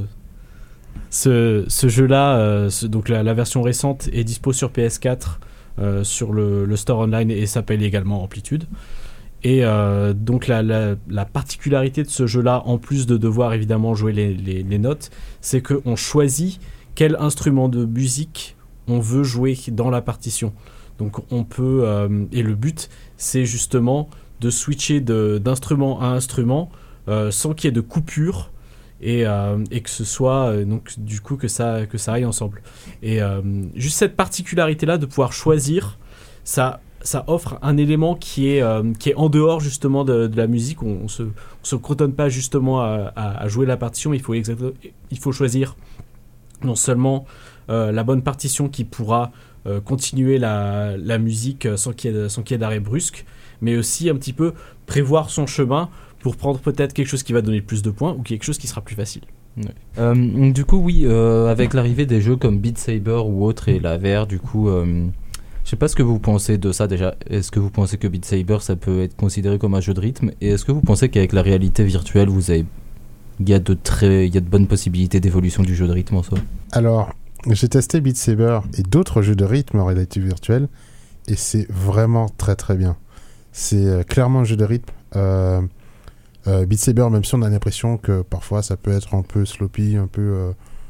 ce jeu-là, donc la version récente est dispo sur PS4 sur le store online et s'appelle également Amplitude. Et donc la particularité de ce jeu-là, en plus de devoir évidemment jouer les notes, c'est qu'on choisit quel instrument de musique on veut jouer dans la partition. Donc on peut et le but c'est justement de switcher d'instrument à instrument sans qu'il y ait de coupure et que ce soit donc du coup que ça aille ensemble. Et juste cette particularité là de pouvoir choisir, ça offre un élément qui est en dehors justement de la musique. On se cantonne pas justement à jouer la partition, mais il faut choisir non seulement la bonne partition qui pourra continuer la musique sans qu'il y ait d'arrêt brusque, mais aussi un petit peu prévoir son chemin pour prendre peut-être quelque chose qui va donner plus de points ou quelque chose qui sera plus facile. Ouais. Du coup, oui, avec l'arrivée des jeux comme Beat Saber ou autres et la VR, du coup, je sais pas ce que vous pensez de ça déjà. Est-ce que vous pensez que Beat Saber ça peut être considéré comme un jeu de rythme? Et est-ce que vous pensez qu'avec la réalité virtuelle, il y a de bonnes possibilités d'évolution du jeu de rythme en soi? Alors, j'ai testé Beat Saber et d'autres jeux de rythme en réalité virtuelle et c'est vraiment très très bien. C'est clairement un jeu de rythme. Beat Saber, même si on a l'impression que parfois ça peut être un peu sloppy, un peu,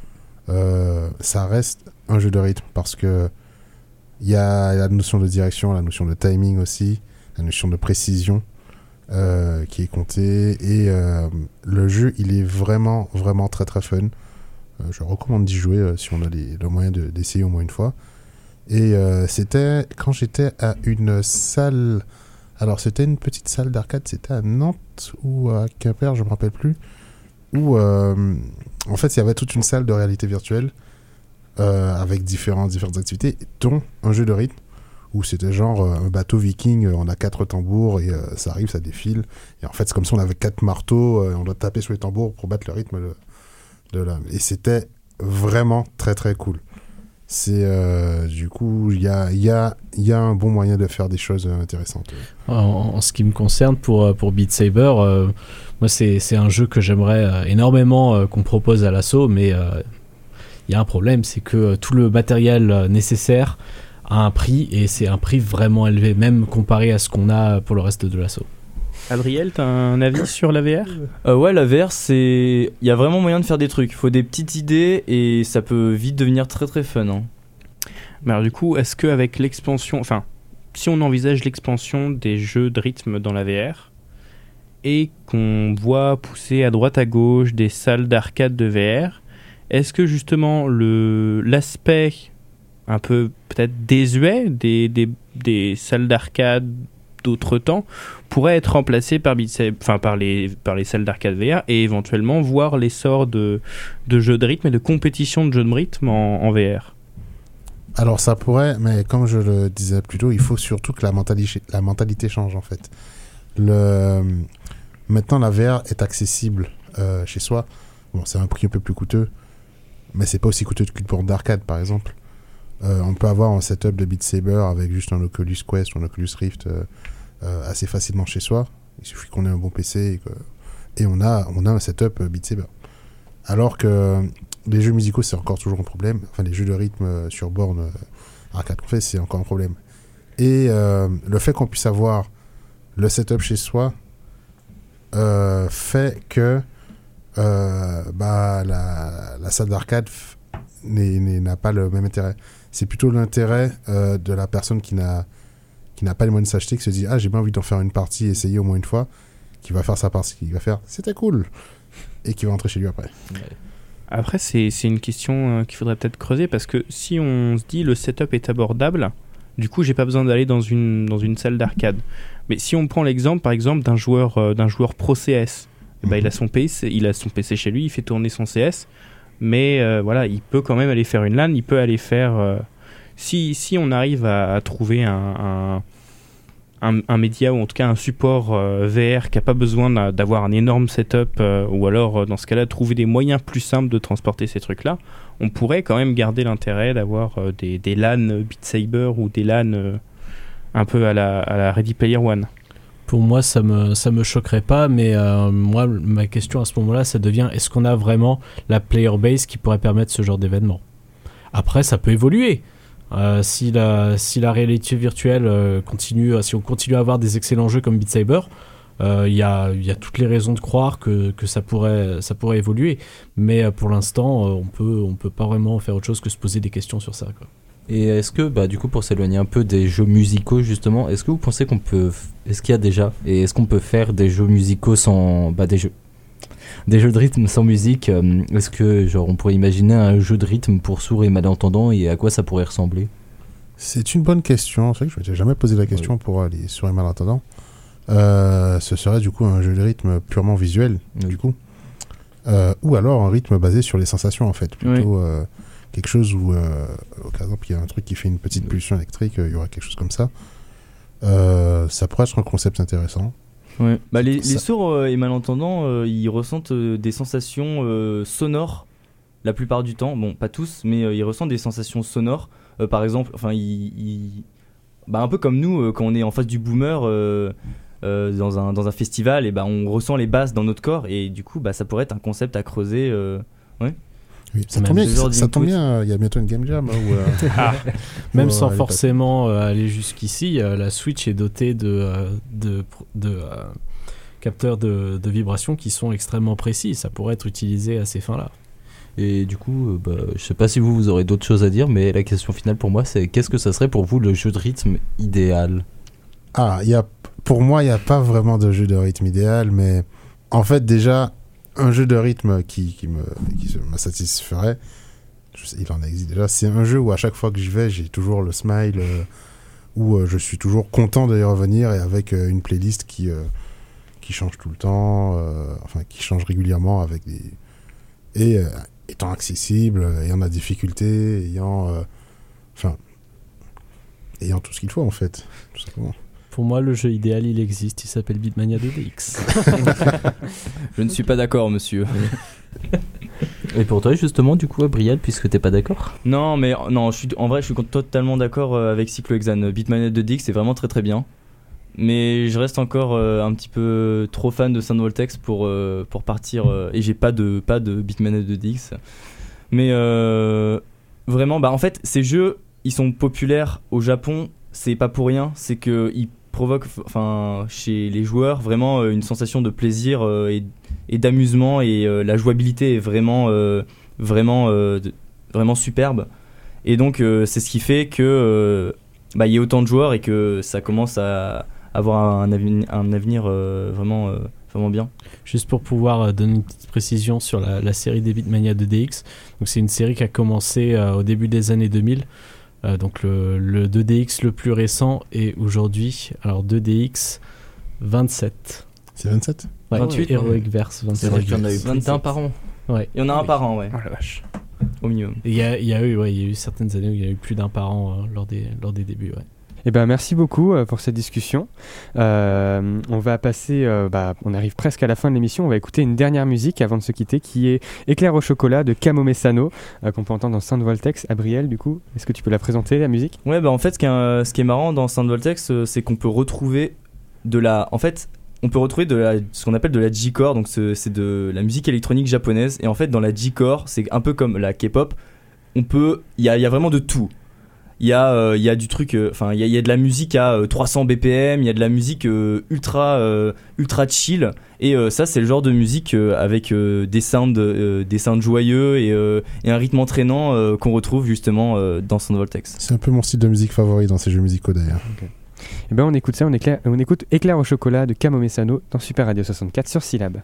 ça reste un jeu de rythme parce que il y a la notion de direction, la notion de timing aussi, la notion de précision qui est comptée et le jeu il est vraiment vraiment très très fun. Je recommande d'y jouer si on a le moyen d'essayer au moins une fois. Et c'était quand j'étais à une salle. Alors c'était une petite salle d'arcade, c'était à Nantes ou à Quimper, je me rappelle plus. Où en fait il y avait toute une salle de réalité virtuelle avec différentes activités, dont un jeu de rythme où c'était genre un bateau viking, on a 4 tambours et ça arrive, ça défile. Et en fait c'est comme si on avait 4 marteaux, on doit taper sur les tambours pour battre le rythme et c'était vraiment très très cool. Du coup, il y a un bon moyen de faire des choses intéressantes. En ce qui me concerne, pour Beat Saber, moi c'est un jeu que j'aimerais énormément qu'on propose à l'assaut, mais il y a un problème, c'est que tout le matériel nécessaire a un prix, et c'est un prix vraiment élevé, même comparé à ce qu'on a pour le reste de l'assaut. Adriel, t'as un avis sur la VR ? Ouais, la VR, il y a vraiment moyen de faire des trucs. Il faut des petites idées et ça peut vite devenir très très fun. Hein. Mais alors du coup, est-ce qu'avec l'expansion, enfin, si on envisage l'expansion des jeux de rythme dans la VR et qu'on voit pousser à droite à gauche des salles d'arcade de VR, est-ce que justement l'aspect un peu peut-être désuet des salles d'arcade d'autres temps pourrait être remplacé par les salles d'arcade VR, et éventuellement voir l'essor de jeux de rythme et de compétition de jeux de rythme en VR? Alors ça pourrait, mais comme je le disais plus tôt, il faut surtout que la mentalité change en fait. Maintenant la VR est accessible chez soi. Bon, c'est un prix un peu plus coûteux, mais c'est pas aussi coûteux qu'une borne d'arcade par exemple. On peut avoir un setup de Beat Saber avec juste un Oculus Quest ou un Oculus Rift assez facilement chez soi. Il suffit qu'on ait un bon PC et on a un setup Beat Saber. Alors que les jeux musicaux, c'est encore toujours un problème. Enfin, les jeux de rythme sur borne arcade qu'on fait, c'est encore un problème. Et le fait qu'on puisse avoir le setup chez soi fait que la salle d'arcade n'a pas le même intérêt. C'est plutôt l'intérêt de la personne qui n'a pas les moyens de s'acheter, qui se dit j'ai bien envie d'en faire une partie, essayer au moins une fois, qui va faire sa partie, qui va faire c'était cool, et qui va rentrer chez lui après. Ouais. Après, c'est une question qu'il faudrait peut-être creuser, parce que si on se dit le setup est abordable, du coup j'ai pas besoin d'aller dans une salle d'arcade. Mais si on prend l'exemple par exemple d'un joueur pro CS, il a son PC chez lui, il fait tourner son CS, mais voilà, il peut quand même aller faire une LAN, il peut aller faire si on arrive à trouver un média, ou en tout cas un support VR qui n'a pas besoin d'avoir un énorme setup, ou alors dans ce cas-là trouver des moyens plus simples de transporter ces trucs-là, on pourrait quand même garder l'intérêt d'avoir des LAN Beat Saber ou des LAN un peu à la Ready Player One. Pour moi, ça me choquerait pas, mais moi, ma question à ce moment-là, ça devient, est-ce qu'on a vraiment la player base qui pourrait permettre ce genre d'événement ? Après, ça peut évoluer. Si la réalité virtuelle continue, si on continue à avoir des excellents jeux comme Beat Saber, il y a toutes les raisons de croire que ça pourrait évoluer. Mais pour l'instant, on peut pas vraiment faire autre chose que se poser des questions sur ça, quoi. Et est-ce que, du coup, pour s'éloigner un peu des jeux musicaux, justement, est-ce que vous pensez est-ce qu'il y a déjà, et est-ce qu'on peut faire des jeux musicaux sans, des jeux de rythme sans musique? Est-ce que, on pourrait imaginer un jeu de rythme pour sourds et malentendants, et à quoi ça pourrait ressembler? C'est une bonne question. C'est vrai que je m'étais jamais posé la question pour les sourds et malentendants. Ce serait du coup un jeu de rythme purement visuel, du coup. Ou alors un rythme basé sur les sensations, en fait. Plutôt quelque chose où, par exemple, il y a un truc qui fait une petite pulsion électrique, il y aura quelque chose comme ça. Ça pourrait être un concept intéressant. Ouais. Les sourds et malentendants, ils ressentent des sensations sonores la plupart du temps. Bon, pas tous, mais ils ressentent des sensations sonores. Par exemple, un peu comme nous, quand on est en face du boomer dans un festival, et on ressent les basses dans notre corps, et du coup, ça pourrait être un concept à creuser. Ouais. Oui, ça tombe bien, il y a bientôt une Game Jam. Même sans forcément aller jusqu'ici, la Switch est dotée de capteurs de vibrations qui sont extrêmement précis. Ça pourrait être utilisé à ces fins-là. Et du coup, je sais pas si vous aurez d'autres choses à dire, mais la question finale pour moi, c'est qu'est-ce que ça serait pour vous le jeu de rythme idéal ? Pour moi, il n'y a pas vraiment de jeu de rythme idéal, mais en fait, déjà, un jeu de rythme qui me satisferait, il en existe déjà, c'est un jeu où à chaque fois que j'y vais, j'ai toujours le smile, où je suis toujours content d'y revenir, et avec une playlist qui change tout le temps, qui change régulièrement, étant accessible, ayant la difficulté, ayant tout ce qu'il faut en fait, tout simplement. Pour moi, le jeu idéal, il existe, il s'appelle Beatmania 2DX. Je ne suis pas d'accord, monsieur. Et pour toi, justement, du coup, Gabriel, puisque t'es pas d'accord? Non, mais non, en vrai, je suis totalement d'accord avec Cyclohexane. Beatmania de Dix, c'est vraiment très très bien. Mais je reste encore un petit peu trop fan de Sound Voltex pour partir. Et j'ai pas de Beatmania de Dix. Mais vraiment, en fait, ces jeux, ils sont populaires au Japon. C'est pas pour rien. C'est qu'ils provoquent, chez les joueurs, vraiment une sensation de plaisir et d'amusement. Et la jouabilité est vraiment superbe. Et donc, c'est ce qui fait que il y a autant de joueurs et que ça commence à avoir un avenir vraiment bien. Juste pour pouvoir donner une petite précision sur la série des Beatmania 2DX. Donc c'est une série qui a commencé au début des années 2000. Donc le 2DX le plus récent est aujourd'hui, alors 2DX 27. C'est 27 Ouais, 28, Heroic Verse 27. Il y en a eu 21 par an. Ouais. Il y en a un par an, ouais. Oh la vache. Au minimum. Il y a eu certaines années où il y a eu plus d'un par an lors des débuts. Ouais. Eh ben, merci beaucoup pour cette discussion. On va passer, on arrive presque à la fin de l'émission. On va écouter une dernière musique avant de se quitter, qui est Éclair au chocolat de Kamome Sano, qu'on peut entendre dans Sound Voltex. Abriel, du coup, est-ce que tu peux la présenter, la musique? Ouais, en fait, ce qui est marrant dans Sound Voltex, c'est qu'on peut retrouver ce qu'on appelle de la J-core, donc c'est de la musique électronique japonaise. Et en fait, dans la J-core, c'est un peu comme la K-pop. Il y a vraiment de tout. Il y a du truc, il y a de la musique à 300 BPM, il y a de la musique ultra chill, et ça c'est le genre de musique avec des sounds joyeux et un rythme entraînant qu'on retrouve justement dans Sound Voltex. C'est un peu mon style de musique favori dans ces jeux musicaux d'ailleurs. Okay. Et ben on écoute ça, on écoute Éclair au chocolat de Kamome Sano dans Super Radio 64 sur Syllab.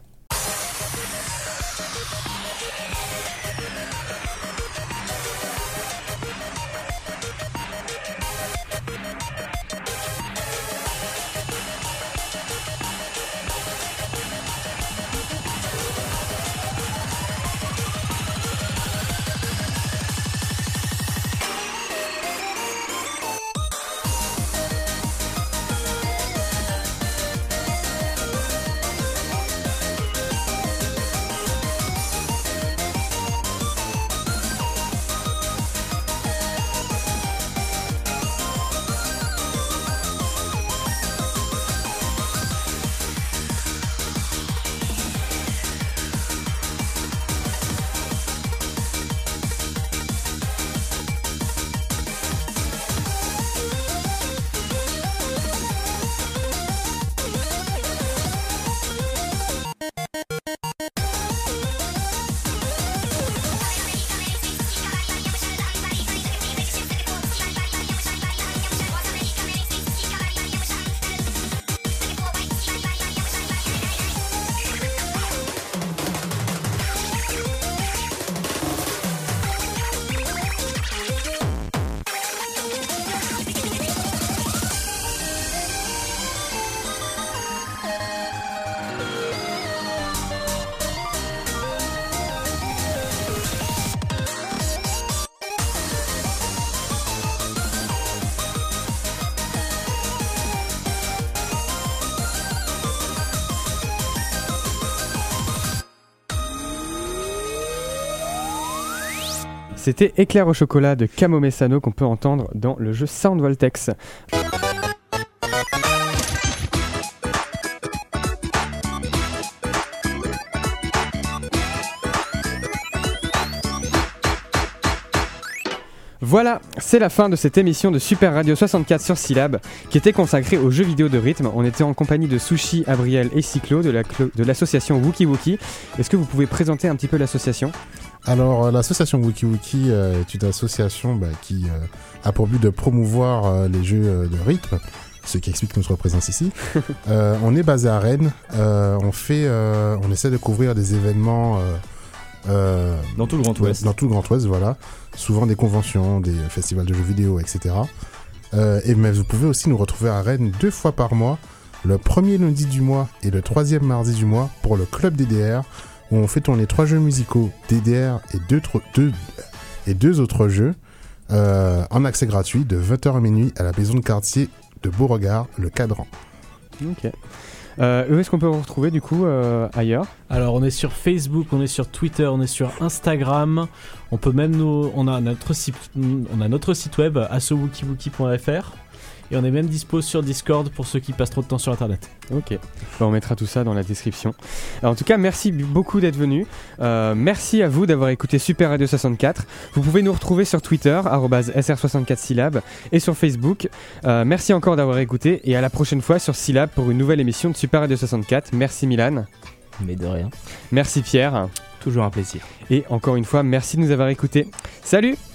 C'était Éclair au chocolat de Kamome Sano qu'on peut entendre dans le jeu Sound Voltex. Voilà, c'est la fin de cette émission de Super Radio 64 sur Syllab qui était consacrée aux jeux vidéo de rythme. On était en compagnie de Sushi, Abriel et Cyclo de l'association Wookie Wookie. Est-ce que vous pouvez présenter un petit peu l'association ? Alors, l'association Wookie Wookie est une association qui a pour but de promouvoir les jeux de rythme, ce qui explique notre présence ici. On est basé à Rennes. On essaie de couvrir des événements dans tout le Grand Ouest. Dans tout le Grand Ouest, voilà. Souvent des conventions, des festivals de jeux vidéo, etc. Mais vous pouvez aussi nous retrouver à Rennes 2 fois par mois, le premier lundi du mois et le 3e mardi du mois pour le club DDR, où on fait tourner 3 jeux musicaux DDR et 2 autres jeux en accès gratuit de 20h à minuit à la maison de quartier de Beauregard, le Cadran. Ok. Où est-ce qu'on peut vous retrouver du coup ailleurs ? Alors on est sur Facebook, on est sur Twitter, on est sur Instagram. On peut même on a notre site web assowikiwiki.fr et on est même dispo sur Discord pour ceux qui passent trop de temps sur internet. Ok, on mettra tout ça dans la description. Alors, en tout cas, merci beaucoup d'être venu. Merci à vous d'avoir écouté Super Radio 64. Vous pouvez nous retrouver sur Twitter @sr64 syllabes et sur Facebook. Merci encore d'avoir écouté et à la prochaine fois sur Syllab pour une nouvelle émission de Super Radio 64. Merci Milan. Mais de rien. Merci Pierre. Toujours un plaisir. Et encore une fois, merci de nous avoir écoutés. Salut!